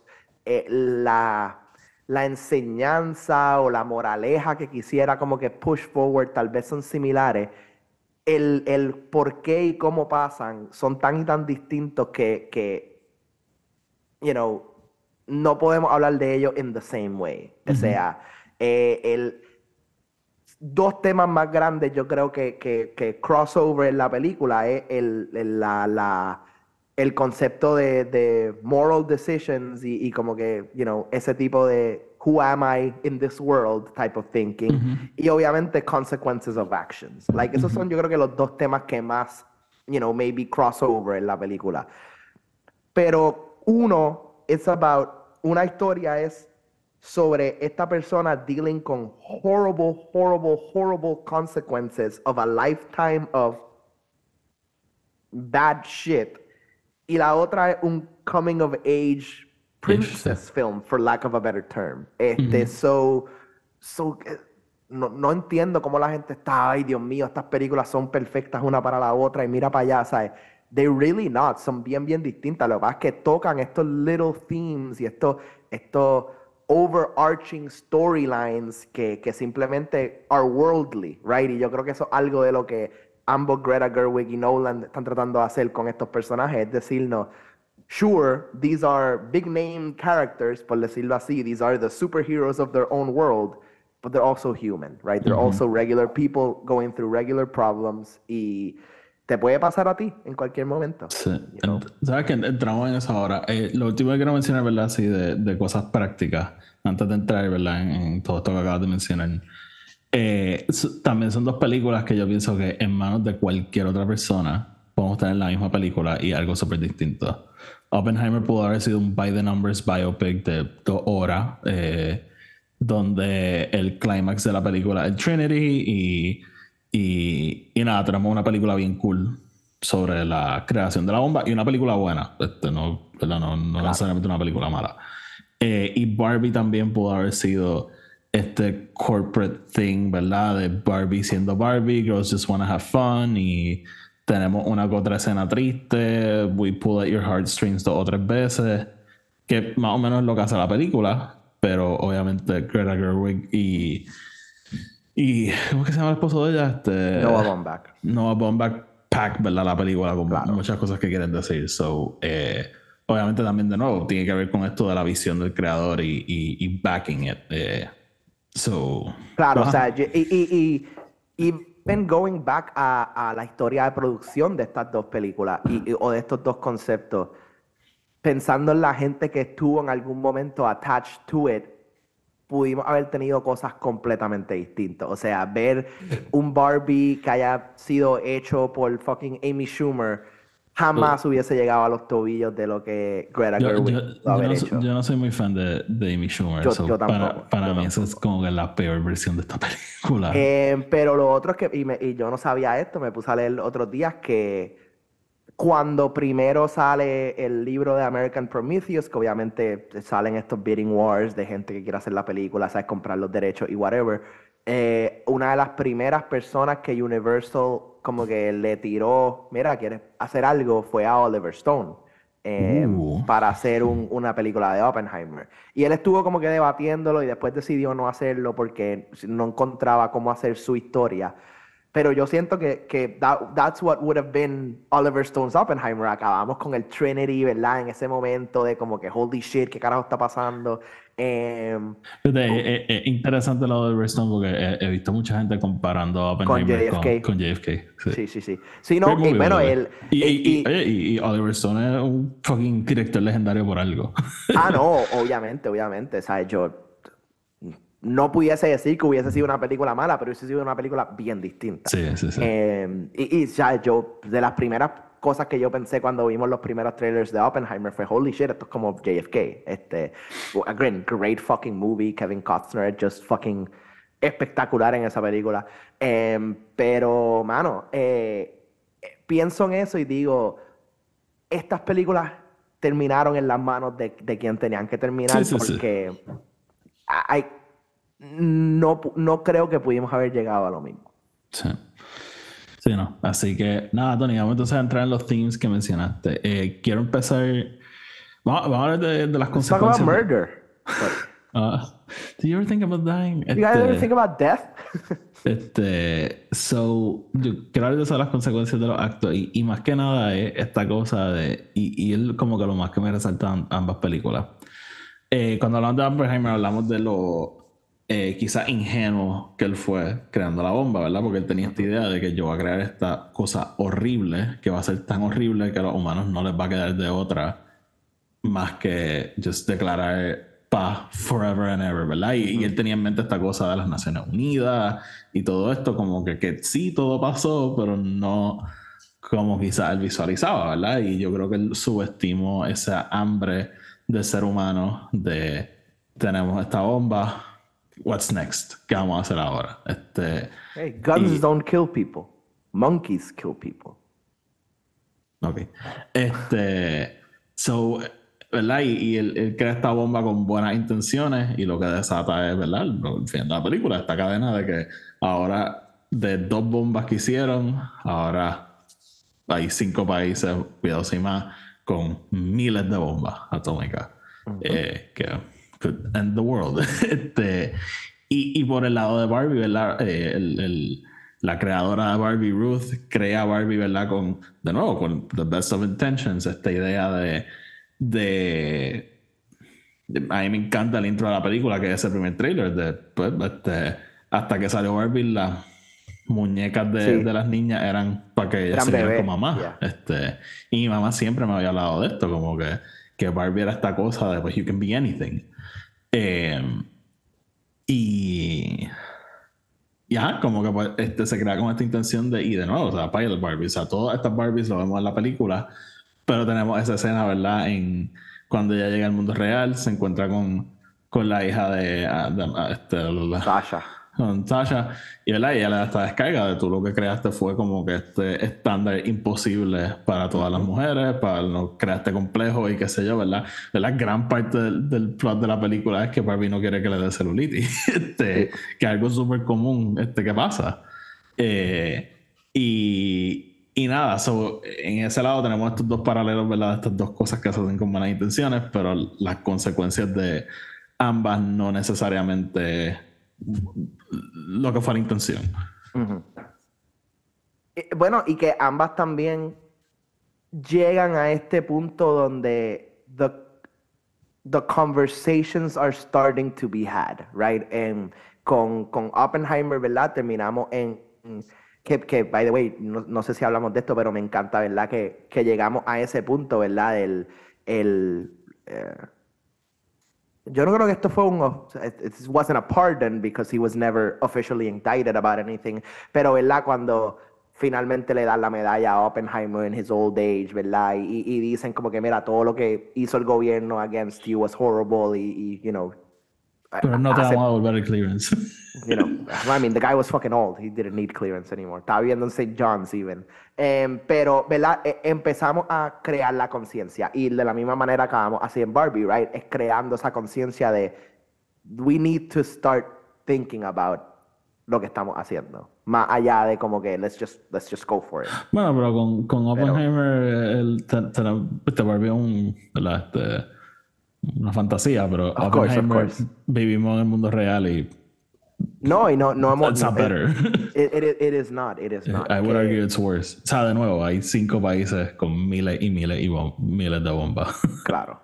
la enseñanza o la moraleja que quisiera como que push forward tal vez son similares, el por qué y cómo pasan son tan y tan distintos que no podemos hablar de ellos in the same way. O sea, dos temas más grandes yo creo que crossover en la película es el concepto de moral decisions y como que, ese tipo de who am I in this world type of thinking. Y obviamente consequences of actions. Like, esos son yo creo que los dos temas que más, maybe crossover en la película. Pero una historia es sobre esta persona dealing con horrible, horrible, horrible consequences of a lifetime of bad shit. Y la otra es un coming of age princess film, for lack of a better term. No entiendo cómo la gente está, ay Dios mío, estas películas son perfectas una para la otra y mira para allá, ¿sabes? They really not, son bien, bien distintas. Lo que pasa es que tocan estos little themes y estos overarching storylines que simplemente are worldly, right? Y yo creo que eso es algo de lo que ambos Greta Gerwig y Nolan están tratando de hacer con estos personajes, es decirnos, sure, these are big name characters, por decirlo así, these are the superheroes of their own world, but they're also human, right? They're also regular people going through regular problems y te puede pasar a ti en cualquier momento. Sí. Sabes que entramos en eso ahora. Lo último que quiero mencionar, ¿verdad? Así de cosas prácticas, antes de entrar, ¿verdad? En todo esto que acabas de mencionar. También son dos películas que yo pienso que en manos de cualquier otra persona podemos tener la misma película y algo súper distinto. Oppenheimer pudo haber sido un by the numbers biopic de 2 horas, donde el clímax de la película es Trinity y nada, tenemos una película bien cool sobre la creación de la bomba y una película buena, no necesariamente una película mala. Y Barbie también pudo haber sido este corporate thing, ¿verdad? De Barbie siendo Barbie, girls just wanna have fun y tenemos una que otra escena triste, we pull at your heartstrings 2 o 3 veces, que más o menos es lo que hace la película, pero obviamente Greta Gerwig y ¿cómo es que se llama el esposo de ella? Noah Baumbach. Noah Baumbach pack, ¿verdad? La película con muchas cosas que quieren decir. So, obviamente también de nuevo tiene que ver con esto de la visión del creador y backing it. Claro, o sea, y even going back a la historia de producción de estas dos películas o de estos dos conceptos, pensando en la gente que estuvo en algún momento attached to it, pudimos haber tenido cosas completamente distintas. O sea, ver un Barbie que haya sido hecho por fucking Amy Schumer jamás hubiese llegado a los tobillos de lo que Greta Gerwig pudo haber hecho. Yo no soy muy fan de Amy Schumer. Yo tampoco. Para mí eso es como que la peor versión de esta película. Pero lo otro es que, y yo no sabía esto, me puse a leer otros días que cuando primero sale el libro de American Prometheus, que obviamente salen estos bidding wars de gente que quiere hacer la película, sabes, comprar los derechos y whatever, una de las primeras personas que Universal como que le tiró, mira, ¿quieres hacer algo? Fue a Oliver Stone para hacer una película de Oppenheimer. Y él estuvo como que debatiéndolo y después decidió no hacerlo porque no encontraba cómo hacer su historia. Pero yo siento que that's what would have been Oliver Stone's Oppenheimer. Acabamos con el Trinity, ¿verdad? En ese momento de como que holy shit, ¿qué carajo está pasando? Es interesante lo de Oliver Stone porque he visto mucha gente comparando a Oppenheimer con JFK. Sí. Sí, no, y bueno, y Oliver Stone es un fucking director legendario por algo. No, obviamente. O sea, yo no pudiese decir que hubiese sido una película mala, pero hubiese sido una película bien distinta. Sí. Y ya yo, de las primeras cosas que yo pensé cuando vimos los primeros trailers de Oppenheimer fue, holy shit, esto es como JFK. Again, great fucking movie. Kevin Costner es just fucking espectacular en esa película. Pero, mano, pienso en eso y digo, estas películas terminaron en las manos de quien tenían que terminar porque no creo que pudimos haber llegado a lo mismo. Sí, no. Así que, nada, Tony, vamos entonces a entrar en los themes que mencionaste. Quiero empezar... Vamos a hablar de las consecuencias. Talk about murder. Do you ever think about dying? You guys ever think about death? Yo quiero hablar de eso, las consecuencias de los actos. Y más que nada es esta cosa de... Y es como que lo más que me resaltan ambas películas. Cuando hablamos de Oppenheimer hablamos de lo... quizás ingenuo que él fue creando la bomba, ¿verdad? Porque él tenía esta idea de que yo voy a crear esta cosa horrible, que va a ser tan horrible que a los humanos no les va a quedar de otra más que just declarar paz forever and ever, ¿verdad? Y él tenía en mente esta cosa de las Naciones Unidas y todo esto, como que sí, todo pasó, pero no como quizás él visualizaba, ¿verdad? Y yo creo que él subestimó esa hambre del ser humano de tenemos esta bomba. What's next? ¿Qué vamos a hacer ahora? Hey, guns don't kill people. Monkeys kill people. Ok. ¿Verdad? Y él crea esta bomba con buenas intenciones y lo que desata es, ¿verdad? El fin de la película, esta cadena de que ahora de 2 bombas que hicieron, ahora hay 5 países, cuidados y más, con miles de bombas atómicas. Que could end the world. Y por el lado de Barbie, ¿verdad? La creadora de Barbie, Ruth, crea Barbie, ¿verdad? De nuevo, con the best of intentions, esta idea a mí me encanta el intro de la película, que es el primer trailer. Hasta que salió Barbie, las muñecas de las niñas eran para que ellas se vieran con mamá. Y mi mamá siempre me había hablado de esto, como que Barbie era esta cosa de pues you can be anything. Como que pues, se crea con esta intención y de nuevo, o sea, Pilot Barbie, o sea, todas estas Barbies lo vemos en la película, pero tenemos esa escena, ¿verdad? Cuando ella llega al mundo real, se encuentra con la hija de Sasha. Con Sasha, y ¿verdad? Ella le da esta descarga de tú lo que creaste fue como que este estándar imposible para todas las mujeres, no creaste complejo y qué sé yo, ¿verdad? La gran parte del plot de la película es que Barbie no quiere que le dé celulitis, que es algo súper común que pasa. Y nada, en ese lado tenemos estos 2 paralelos, ¿verdad? Estas 2 cosas que se hacen con buenas intenciones, pero las consecuencias de ambas no necesariamente lo que fue la intención. Bueno, y que ambas también llegan a este punto donde the conversations are starting to be had, right? Con Oppenheimer, ¿verdad? Terminamos que by the way, no sé si hablamos de esto, pero me encanta, ¿verdad? Que llegamos a ese punto, ¿verdad? Yo no creo que esto fue it wasn't a pardon because he was never officially indicted about anything, pero ¿verdad? Cuando finalmente le dan la medalla a Oppenheimer en his old age, ¿verdad? Y dicen como que, mira, todo lo que hizo el gobierno against you was horrible you know, Pero no te hace, vamos a devolver el clearance. you know, I mean, the guy was fucking old. He didn't need clearance anymore. Estaba viviendo en St. John's even. Pero, ¿verdad? Empezamos a crear la conciencia. Y de la misma manera acabamos así en Barbie, right? Es creando esa conciencia de we need to start thinking about lo que estamos haciendo. Más allá de como que let's just go for it. Bueno, pero con Oppenheimer te volvió ¿verdad? Una fantasía, pero Of course. vivimos en el mundo real y No hemos... it's not better. It is not. I would argue it's worse. O sea, de nuevo, hay 5 países con miles y miles y miles de bombas. Claro.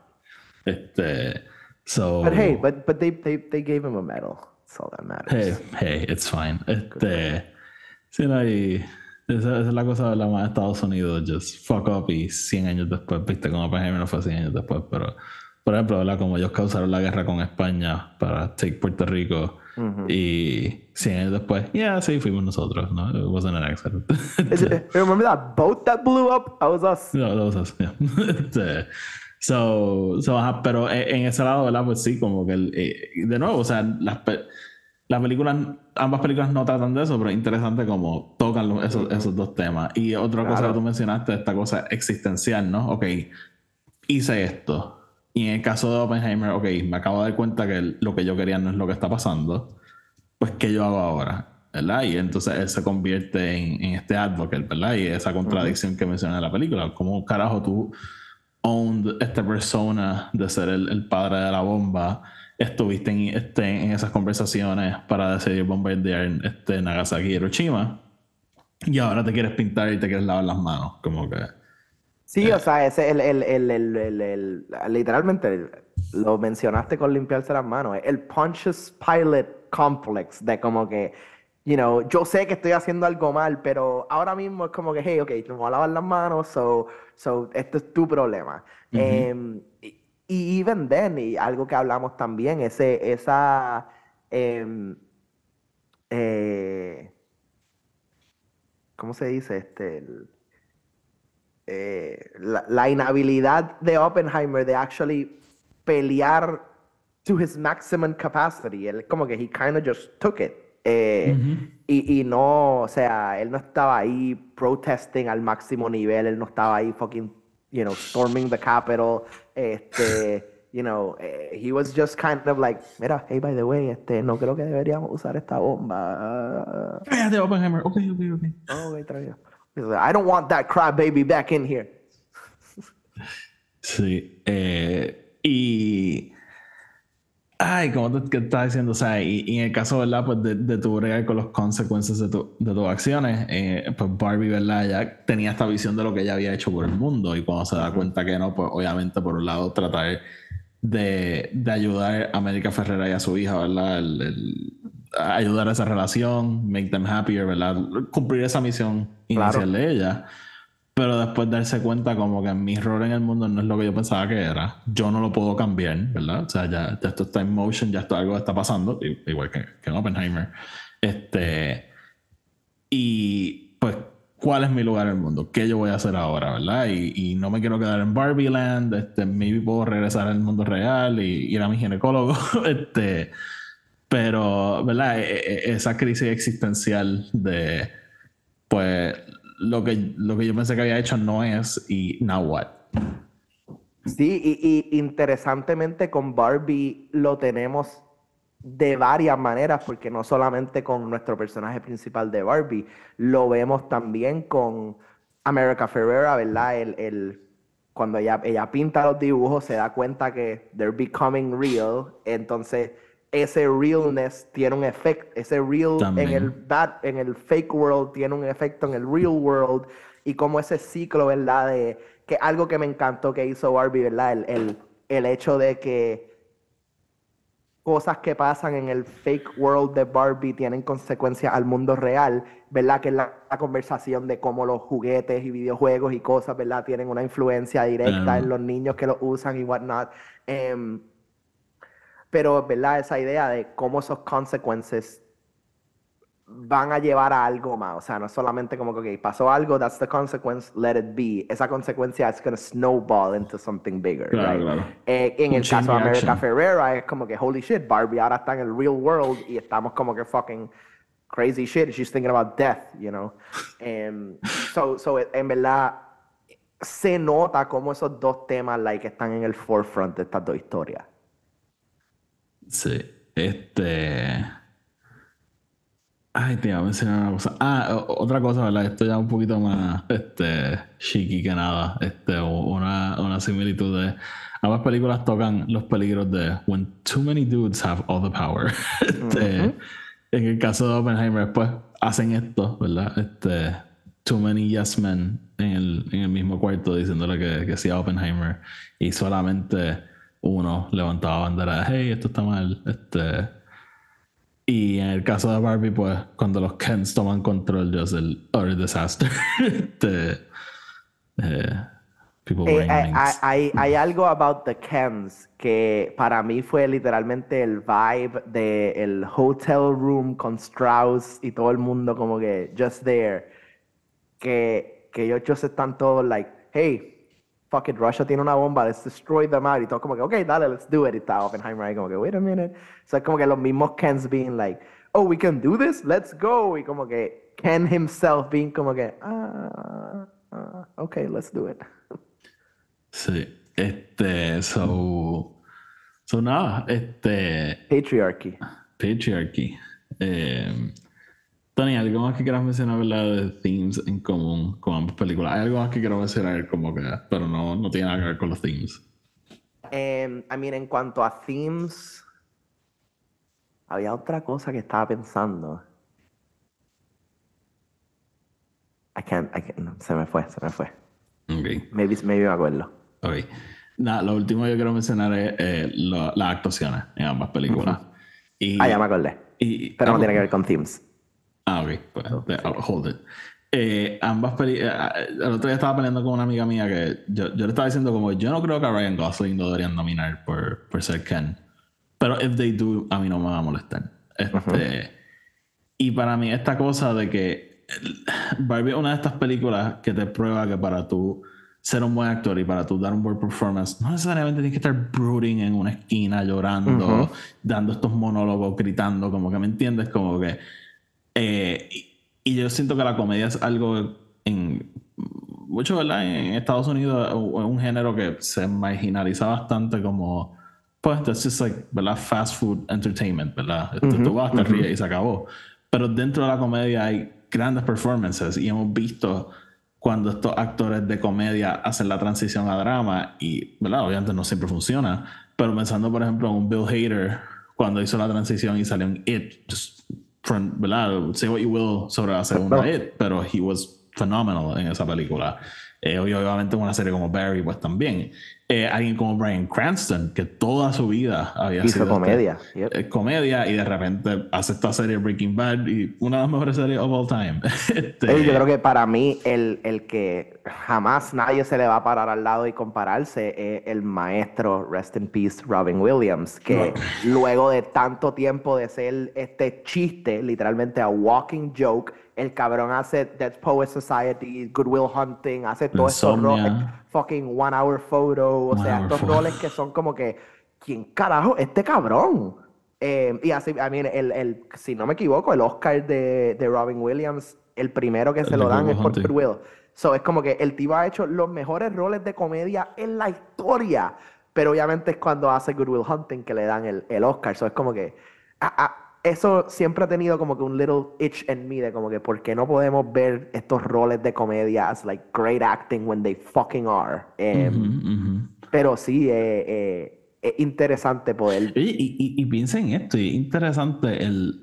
So... But hey, but they gave him a medal. That's all that matters. Hey, it's fine. Sí, no, y esa es la cosa de la más de Estados Unidos, just fuck up y 100 años después, viste, como Oppenheimer no fue 100 años después, pero por ejemplo, ¿verdad? Como ellos causaron la guerra con España para take Puerto Rico y 100 años después, sí, fuimos nosotros, ¿no? It wasn't an accident. Remember that boat that blew up? That was us. No, that was us, yeah. Pero en ese lado, ¿verdad? Pues sí, como que de nuevo, o sea, las películas, ambas películas no tratan de eso, pero es interesante como tocan esos dos temas. Y otra cosa que tú mencionaste, esta cosa existencial, ¿no? Ok, hice esto. Y en el caso de Oppenheimer, ok, me acabo de dar cuenta que lo que yo quería no es lo que está pasando. Pues, ¿qué yo hago ahora? ¿Verdad? Y entonces él se convierte en este advocate, ¿verdad? Y esa contradicción que menciona en la película. ¿Cómo carajo tú owned esta persona de ser el padre de la bomba? Estuviste en esas conversaciones para decidir bombardear Nagasaki y Hiroshima y ahora te quieres pintar y te quieres lavar las manos, como que sí, o sea, ese literalmente lo mencionaste con limpiarse las manos, el Pontius Pilate complex de como que, you know, yo sé que estoy haciendo algo mal, pero ahora mismo es como que, hey, ok, me voy a lavar las manos, so esto es tu problema. Y even then, y algo que hablamos también, ¿cómo se dice? La inhabilidad de Oppenheimer de actually pelear to his maximum capacity. Él como que he kind of just took it. Y no, o sea, él no estaba ahí protesting al máximo nivel, él no estaba ahí fucking, you know, storming the Capitol, you know, he was just kind of like, mira, hey, by the way, no creo que deberíamos usar esta bomba. Cállate, Oppenheimer, ok. Oh, está bien. I don't want that crybaby back in here. Sí, y... Ay, como te estaba diciendo, o sea, y en el caso, ¿verdad? Pues de tu bregar con las consecuencias de tus acciones, pues Barbie, ¿verdad? Ya tenía esta visión de lo que ella había hecho por el mundo y cuando se da cuenta que no, pues obviamente por un lado tratar de ayudar a América Ferrera y a su hija, ¿verdad? Ayudar a esa relación, make them happier, ¿verdad? Cumplir esa misión inicial de ella. Pero después darse cuenta como que mi rol en el mundo no es lo que yo pensaba que era. Yo no lo puedo cambiar, ¿verdad? O sea, ya esto está en motion, ya esto algo está pasando, igual que en Oppenheimer. Y pues, ¿cuál es mi lugar en el mundo? ¿Qué yo voy a hacer ahora, verdad? Y no me quiero quedar en Barbie Land. Maybe puedo regresar al mundo real y ir a mi ginecólogo. Pero, ¿verdad? Esa crisis existencial de, pues... Lo que yo pensé que había hecho no es, y now what? Sí, y interesantemente con Barbie lo tenemos de varias maneras, porque no solamente con nuestro personaje principal de Barbie, lo vemos también con America Ferrera, ¿verdad? Cuando ella pinta los dibujos se da cuenta que they're becoming real, entonces ese realness tiene un efecto, ese real en el fake world tiene un efecto en el real world, y como ese ciclo, ¿verdad? De que algo que me encantó que hizo Barbie, ¿verdad? El hecho de que cosas que pasan en el fake world de Barbie tienen consecuencias al mundo real, ¿verdad? Que es la conversación de cómo los juguetes y videojuegos y cosas, ¿verdad? Tienen una influencia directa en los niños que los usan y whatnot. Pero, ¿verdad? Esa idea de cómo esos consecuencias van a llevar a algo más. O sea, no es solamente como que, ok, pasó algo, that's the consequence, let it be. Esa consecuencia es going to snowball into something bigger, Claro, right? claro. En Un el chain caso de America reaction. Ferrera, es como que, holy shit, Barbie ahora está en el real world y estamos como que fucking crazy shit. She's thinking about death, you know? En verdad, se nota como esos dos temas, like, están en el forefront de estas dos historias. Sí. Ay, te iba a mencionar una cosa. Otra cosa, ¿verdad? Esto ya un poquito más chiqui que nada. Una similitud de. Ambas películas tocan los peligros de when too many dudes have all the power. Ujú. En el caso de Oppenheimer, pues hacen esto, ¿verdad? Too many yes men en el mismo cuarto diciéndole que sí a Oppenheimer y solamente uno levantaba bandera de hey, esto está mal. Y en el caso de Barbie, pues cuando los Kens toman control, just el utter disaster. Eh, people wearing minks. Hay algo about the Kens que para mí fue literalmente el vibe del hotel room con Strauss y todo el mundo como que just there. Que ellos están todos like, hey, fuck it, Russia tiene una bomba, let's destroy them out. Y todo como que, ok, dale, let's do it. Y está Oppenheimer ahí como que, wait a minute. So es como que los mismos Kens being like, oh, we can do this, let's go. Y como que Ken himself being como que, ok, let's do it. Sí. So nada, Patriarchy. patriarchy. Tony, ¿algo más que quieras mencionar, ¿verdad? De themes en común con ambas películas? Hay algo más que quiero mencionar, como que, pero no tiene nada que ver con los themes. I mean, en cuanto a themes, había otra cosa que estaba pensando. No, se me fue. Ok. Maybe me acuerdo. Ok. Nada, lo último que quiero mencionar es las actuaciones en ambas películas. Ya me acordé. Pero no tiene que ver con themes. Ok, pues, hold it. El otro día estaba peleando con una amiga mía que yo le estaba diciendo como yo no creo que a Ryan Gosling lo deberían nominar por ser Ken. Pero if they do, a mí no me va a molestar. Y para mí esta cosa de que Barbie es una de estas películas que te prueba que para tú ser un buen actor y para tú dar un buen performance, no necesariamente tienes que estar brooding en una esquina, llorando, dando estos monólogos, gritando, como que me entiendes, como que... y yo siento que la comedia es algo mucho, ¿verdad? En Estados Unidos es un género que se marginaliza bastante como... Pues, that's just like, ¿verdad? Fast food entertainment, ¿verdad? Tú vas, te ríes y se acabó. Pero dentro de la comedia hay grandes performances y hemos visto cuando estos actores de comedia hacen la transición a drama y, ¿verdad? Obviamente no siempre funciona, pero pensando, por ejemplo, en un Bill Hader cuando hizo la transición y salió en It, just from, ¿verdad? Say what you will sobre la segunda It, pero he was phenomenal en esa película. Y obviamente en una serie como Barry, pues también. Alguien como Bryan Cranston, que toda su vida había Hizo sido comedia. comedia y de repente hace esta serie Breaking Bad y una de las mejores series of all time. Yo creo que para mí el que jamás nadie se le va a parar al lado y compararse es el maestro, rest in peace, Robin Williams, que luego de tanto tiempo de ser este chiste, literalmente a walking joke, el cabrón hace Dead Poets Society, Good Will Hunting, hace todos estos roles, fucking One Hour Photo, o sea, estos roles que son como que, ¿quién carajo? Este cabrón. Y así, I mean, si no me equivoco, el Oscar de Robin Williams, el primero que se lo dan es por Good Will. So, es como que el tipo ha hecho los mejores roles de comedia en la historia, pero obviamente es cuando hace Good Will Hunting que le dan el Oscar. So, es como que eso siempre ha tenido como que un little itch en mí de como que ¿por qué no podemos ver estos roles de comedia as like great acting when they fucking are? Pero sí, es interesante poder... Y piensa en esto, y interesante,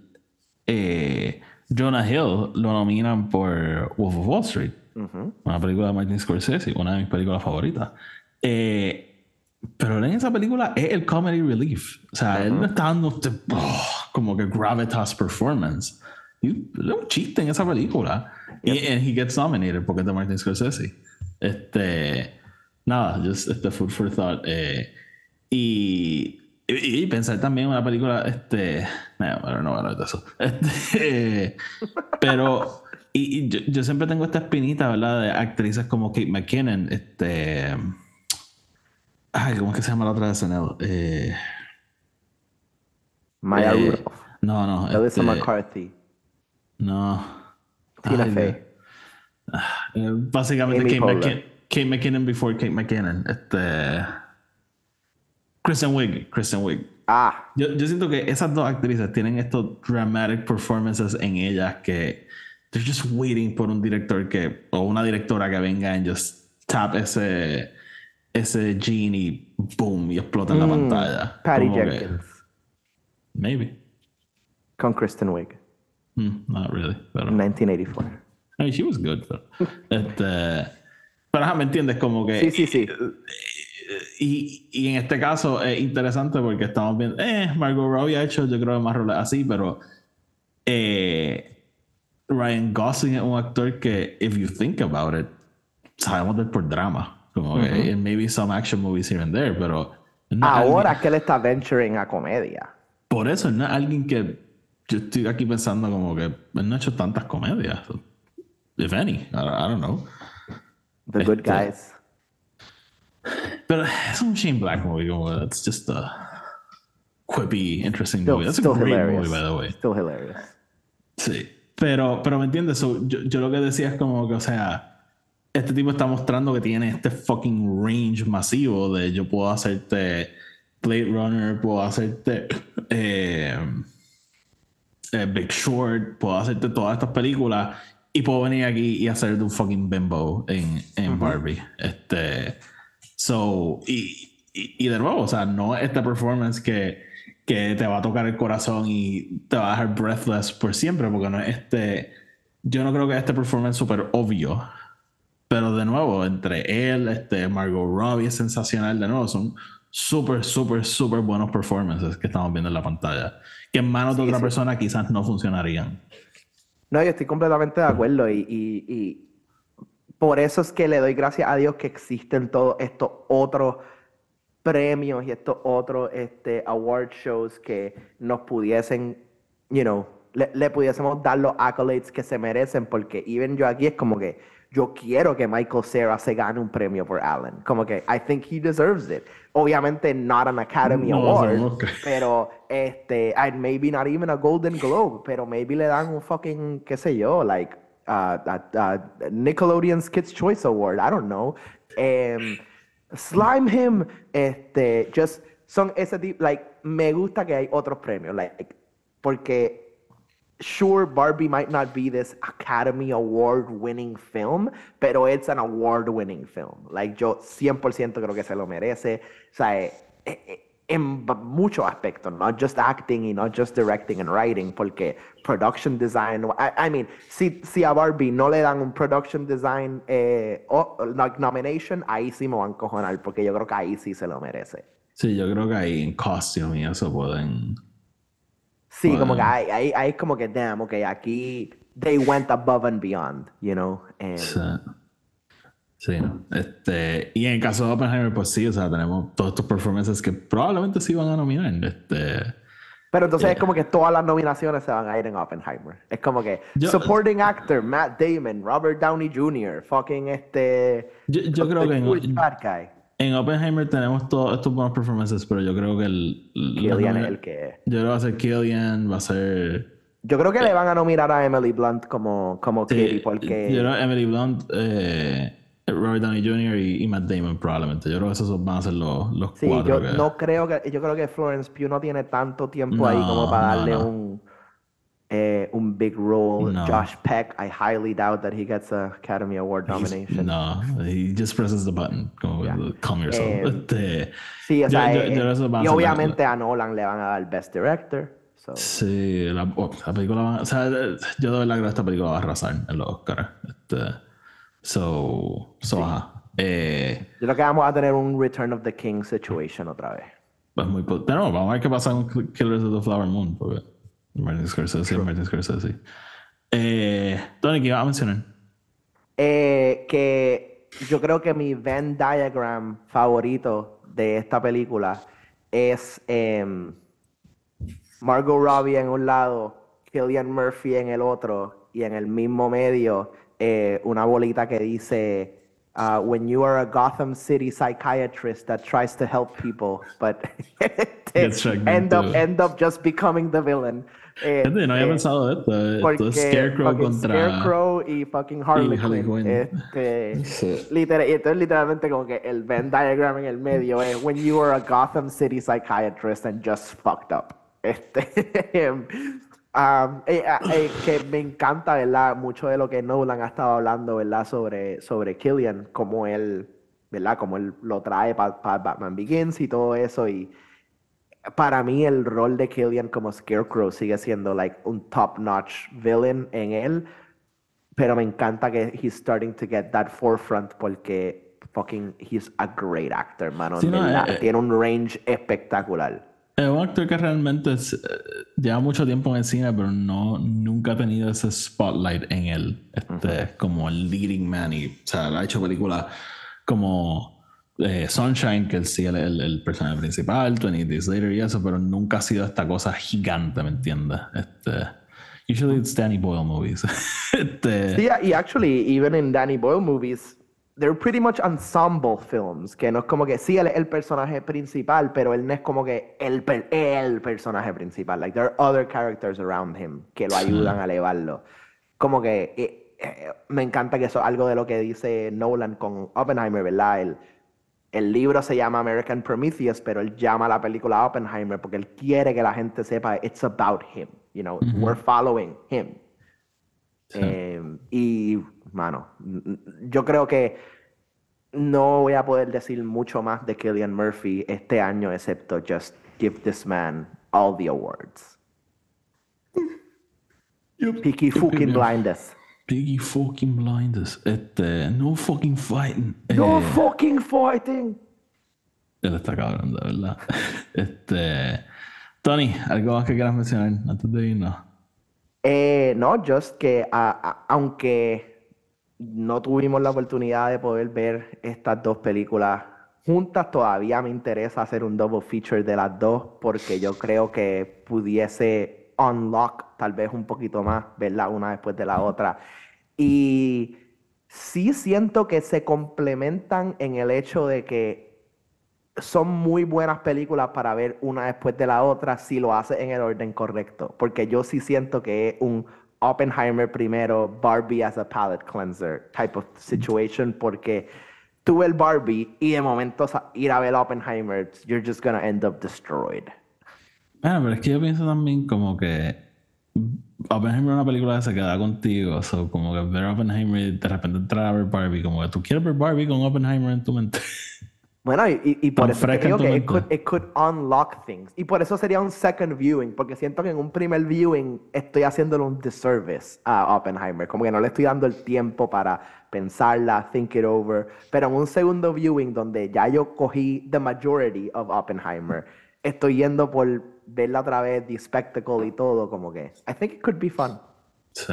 Jonah Hill lo nominan por Wolf of Wall Street, una película de Martin Scorsese, una de mis películas favoritas. Pero él en esa película es el comedy relief. O sea, él no está dando como que gravitas performance. Es un chiste en esa película. Y he gets nominated porque es de Martin Scorsese. Nada, just food for thought. Y Y pensar también en una película, no voy a hablar de eso. Pero, y yo siempre tengo esta espinita, ¿verdad? De actrices como Kate McKinnon, ay, ¿cómo es que se llama la otra de SNL? Maya Rudolph, No, Melissa McCarthy, no. Tina Ay, Fey, básicamente Amy Poehler. Kate McKinnon before Kate McKinnon, Kristen Wiig. Ah, Yo siento que esas dos actrices tienen estos dramatic performances en ellas que they're just waiting por un director o una directora que venga y just tap ese gene y boom, y explota en la pantalla. Patty Como que, Jenkins maybe. con Kristen Wiig Not really, pero en 1984. I mean, she was good, pero ajá, ¿me entiendes? Como que Sí. y en este caso es interesante porque estamos viendo, Margot Robbie ha hecho, yo creo, más roles así, pero Ryan Gosling es un actor que, if you think about it, sabemos de él por drama. Como que, and maybe some action movies here and there, pero no es Ahora alguien, que él está venturing a comedia. por eso no es alguien que yo estoy aquí pensando como que él no ha hecho tantas comedias. If any, I don't know. The Good Guys. Pero es un Shane Black movie, como it's just a quippy, interesting movie. That's a great hilarious. movie, by the way. Still hilarious. Sí. Pero me entiendes, yo lo que decía es como que, o sea, este tipo está mostrando que tiene este fucking range masivo de yo puedo hacerte Blade Runner, puedo hacerte Big Short, puedo hacerte todas estas películas y puedo venir aquí y hacerte un fucking bimbo en Barbie. Y de nuevo, o sea, no es esta performance que te va a tocar el corazón y te va a dejar breathless por siempre, porque no es yo no creo que este performance súper obvio, pero de nuevo, entre él, Margot Robbie es sensacional, de nuevo, son súper, súper, súper buenos performances que estamos viendo en la pantalla, que en manos de otra persona quizás no funcionarían. No, yo estoy completamente de acuerdo y por eso es que le doy gracias a Dios que existen todos estos otros premios y estos otros award shows que nos pudiesen, le pudiésemos dar los accolades que se merecen, porque even yo aquí es como que yo quiero que Michael Cera se gane un premio por Alan. Como que I think he deserves it. Obviamente not an Academy Award, pero maybe not even a Golden Globe, pero maybe le dan un fucking, qué sé yo, like Nickelodeon's Kids Choice Award, I don't know. Slime him, just son ese tipo, like, me gusta que hay otros premios, like, porque sure, Barbie might not be this Academy Award winning film, pero it's an award winning film. Like, yo 100% creo que se lo merece. O sea, en muchos aspectos, not just acting y not just directing and writing, porque production design, I mean, si a Barbie no le dan un production design nomination, ahí sí me van a encojonar, porque yo creo que ahí sí se lo merece. Sí, yo creo que ahí en costume y eso pueden... Sí, como que ahí es como que, damn, ok, aquí they went above and beyond, you know. Sí, no. Y en el caso de Oppenheimer, pues sí, o sea, tenemos todos estos performances que probablemente sí van a nominar. Pero entonces es como que todas las nominaciones se van a ir en Oppenheimer. Es como que Supporting Actor, Matt Damon, Robert Downey Jr., fucking Yo creo que Bad Guy. En Oppenheimer tenemos todos estos buenos performances, pero yo creo que Cillian es el que es. Yo creo que va a ser Cillian, va a ser... Yo creo que le van a nominar a Emily Blunt como Sí, Kitty, porque... yo creo que Emily Blunt, Robert Downey Jr. y Matt Damon probablemente. Yo creo que esos van a ser los Sí, cuatro. yo creo que Florence Pugh no tiene tanto tiempo ahí como para darle un big role. No. Josh Peck, I highly doubt that he gets a Academy Award nomination. No, he just presses the button. Como calm yourself. Sí, o sea, y a obviamente a Nolan le van a dar Best Director. So. Sí, la película o sea, yo de verdad creo que esta película va a arrasar en los Oscars. Ajá. Yo creo que vamos a tener un Return of the King situation otra vez. Pues pero vamos a ver qué pasa con Killers of the Flower Moon, porque Martin Scorsese. Tony, ¿qué iba a mencionar? Que yo creo que mi Venn diagram favorito de esta película es Margot Robbie en un lado, Cillian Murphy en el otro, y en el mismo medio una bolita que dice when you are a Gotham City psychiatrist that tries to help people, but Gets dragged into- end up just becoming the villain. Gente, no había pensado de esto. Esto Porque es Scarecrow fucking contra Scarecrow y fucking Harley Harley Quinn. Quinn. Sí. Y entonces literalmente como que el Venn diagram en el medio es when you were a Gotham City psychiatrist and just fucked up. Que me encanta, ¿verdad? Mucho de lo que Nolan ha estado hablando, ¿verdad? Sobre Killian, como él, ¿verdad? Como él lo trae para Batman Begins y todo eso. Y para mí el rol de Killian como Scarecrow sigue siendo like un top-notch villain en él, pero me encanta que he's starting to get that forefront porque fucking he's a great actor, mano. Sí, no, Tiene un range espectacular. Es un actor que realmente lleva mucho tiempo en el cine, pero nunca ha tenido ese spotlight en él, como el leading man. Y, o sea, ha hecho películas como Sunshine, que él sí es el personaje principal, 20 Days Later y eso, pero nunca ha sido esta cosa gigante, ¿me entiendes? Usually it's Danny Boyle movies. Sí, y actually, even in Danny Boyle movies, they're pretty much ensemble films, que no es como que sí, él es el personaje principal, pero él no es como que el personaje principal. Like, there are other characters around him que lo ayudan a elevarlo. Como que me encanta que eso es algo de lo que dice Nolan con Oppenheimer, ¿verdad? El libro se llama American Prometheus, pero él llama a la película Oppenheimer porque él quiere que la gente sepa it's about him, you know, we're following him. Sí. Y, mano, yo creo que no voy a poder decir mucho más de Cillian Murphy este año, excepto just give this man all the awards. Peaky fucking blinders. Peaky fucking blinders. No fucking fighting. No fucking fighting. Él está cabrón, de verdad. Tony, ¿algo más que quieras mencionar antes de irnos? No, just que aunque no tuvimos la oportunidad de poder ver estas dos películas juntas, todavía me interesa hacer un double feature de las dos porque yo creo que pudiese unlock tal vez un poquito más, verla una después de la otra. Y sí siento que se complementan en el hecho de que son muy buenas películas para ver una después de la otra si lo haces en el orden correcto. Porque yo sí siento que es un Oppenheimer primero, Barbie as a palate cleanser type of situation. Porque tú ves el Barbie y de momento ir a ver Oppenheimer, you're just gonna end up destroyed. Pero es que yo pienso también como que Oppenheimer es una película que se queda contigo. So, como que ver Oppenheimer y de repente entrar a ver Barbie, como que tú quieres ver Barbie con Oppenheimer en tu mente. Bueno, y por eso te digo que it could unlock things. Y por eso sería un second viewing, porque siento que en un primer viewing estoy haciéndole un disservice a Oppenheimer. Como que no le estoy dando el tiempo para pensarla, think it over. Pero en un segundo viewing, donde ya yo cogí the majority of Oppenheimer, estoy yendo por verla otra vez, the spectacle y todo, como que I think it could be fun. Sí.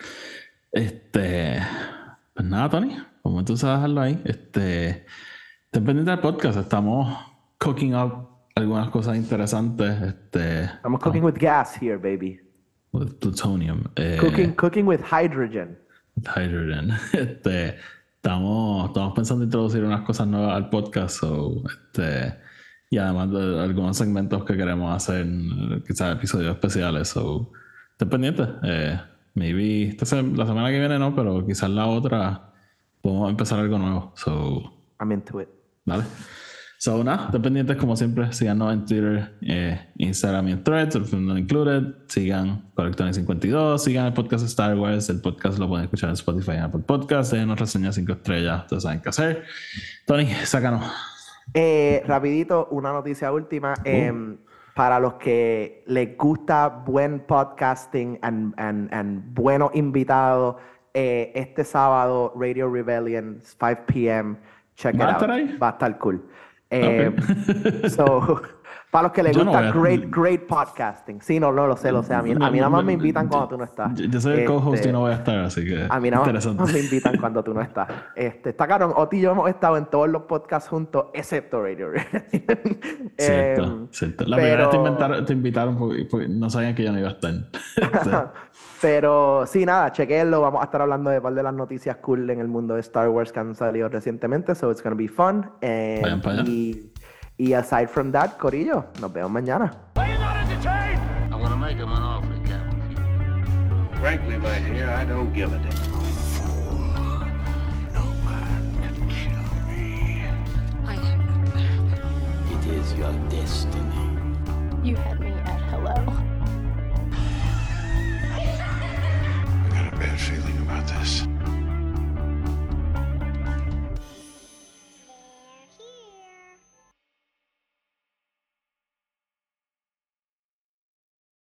Pues nada, Tony, como tú sabes dejarlo ahí, ten pendiente del podcast, estamos cooking up algunas cosas interesantes. I'm cooking with gas here, baby. With plutonium. Cooking with hydrogen. Hydrogen. Estamos pensando en introducir unas cosas nuevas al podcast. Y además de algunos segmentos que queremos hacer, quizás episodios especiales. Ten pendiente. Maybe la semana que viene no, pero quizás la otra podemos empezar algo nuevo. I'm into it. Vale. Nada, ten pendientes como siempre. Síganos en Twitter, Instagram y en Threads, el film not included. Sigan Colectonic52. Sigan el podcast Star Wars. El podcast lo pueden escuchar en Spotify y en Apple Podcasts. Denos reseña 5 estrellas. Ustedes saben qué hacer. Tony, sácanos. Rapidito, una noticia última. Para los que les gusta buen podcasting and buenos invitados, este sábado, Radio Rebellion, 5 p.m. Check it out. Va a estar cool. So, para los que les Yo no gusta voy a- great podcasting. Sí, no, lo sé. A mí nada más me invitan cuando tú no estás. Yo soy el co-host y no voy a estar, así que A mí nada interesante. más me invitan cuando tú no estás. Está cabrón. Oti y yo hemos estado en todos los podcasts juntos, excepto Radio Reality. Cierto. La primera vez te invitaron porque no sabían que yo no iba a estar. Pero sí, nada, chequenlo. Vamos a estar hablando de un par de las noticias cool en el mundo de Star Wars que han salido recientemente. So it's gonna be fun. Vayan para allá. Y aside from that, Corillo, nos vemos mañana. I'm gonna make him an offer, Captain. Frankly, my dear, I don't give a damn. I am not. It is your destiny. You had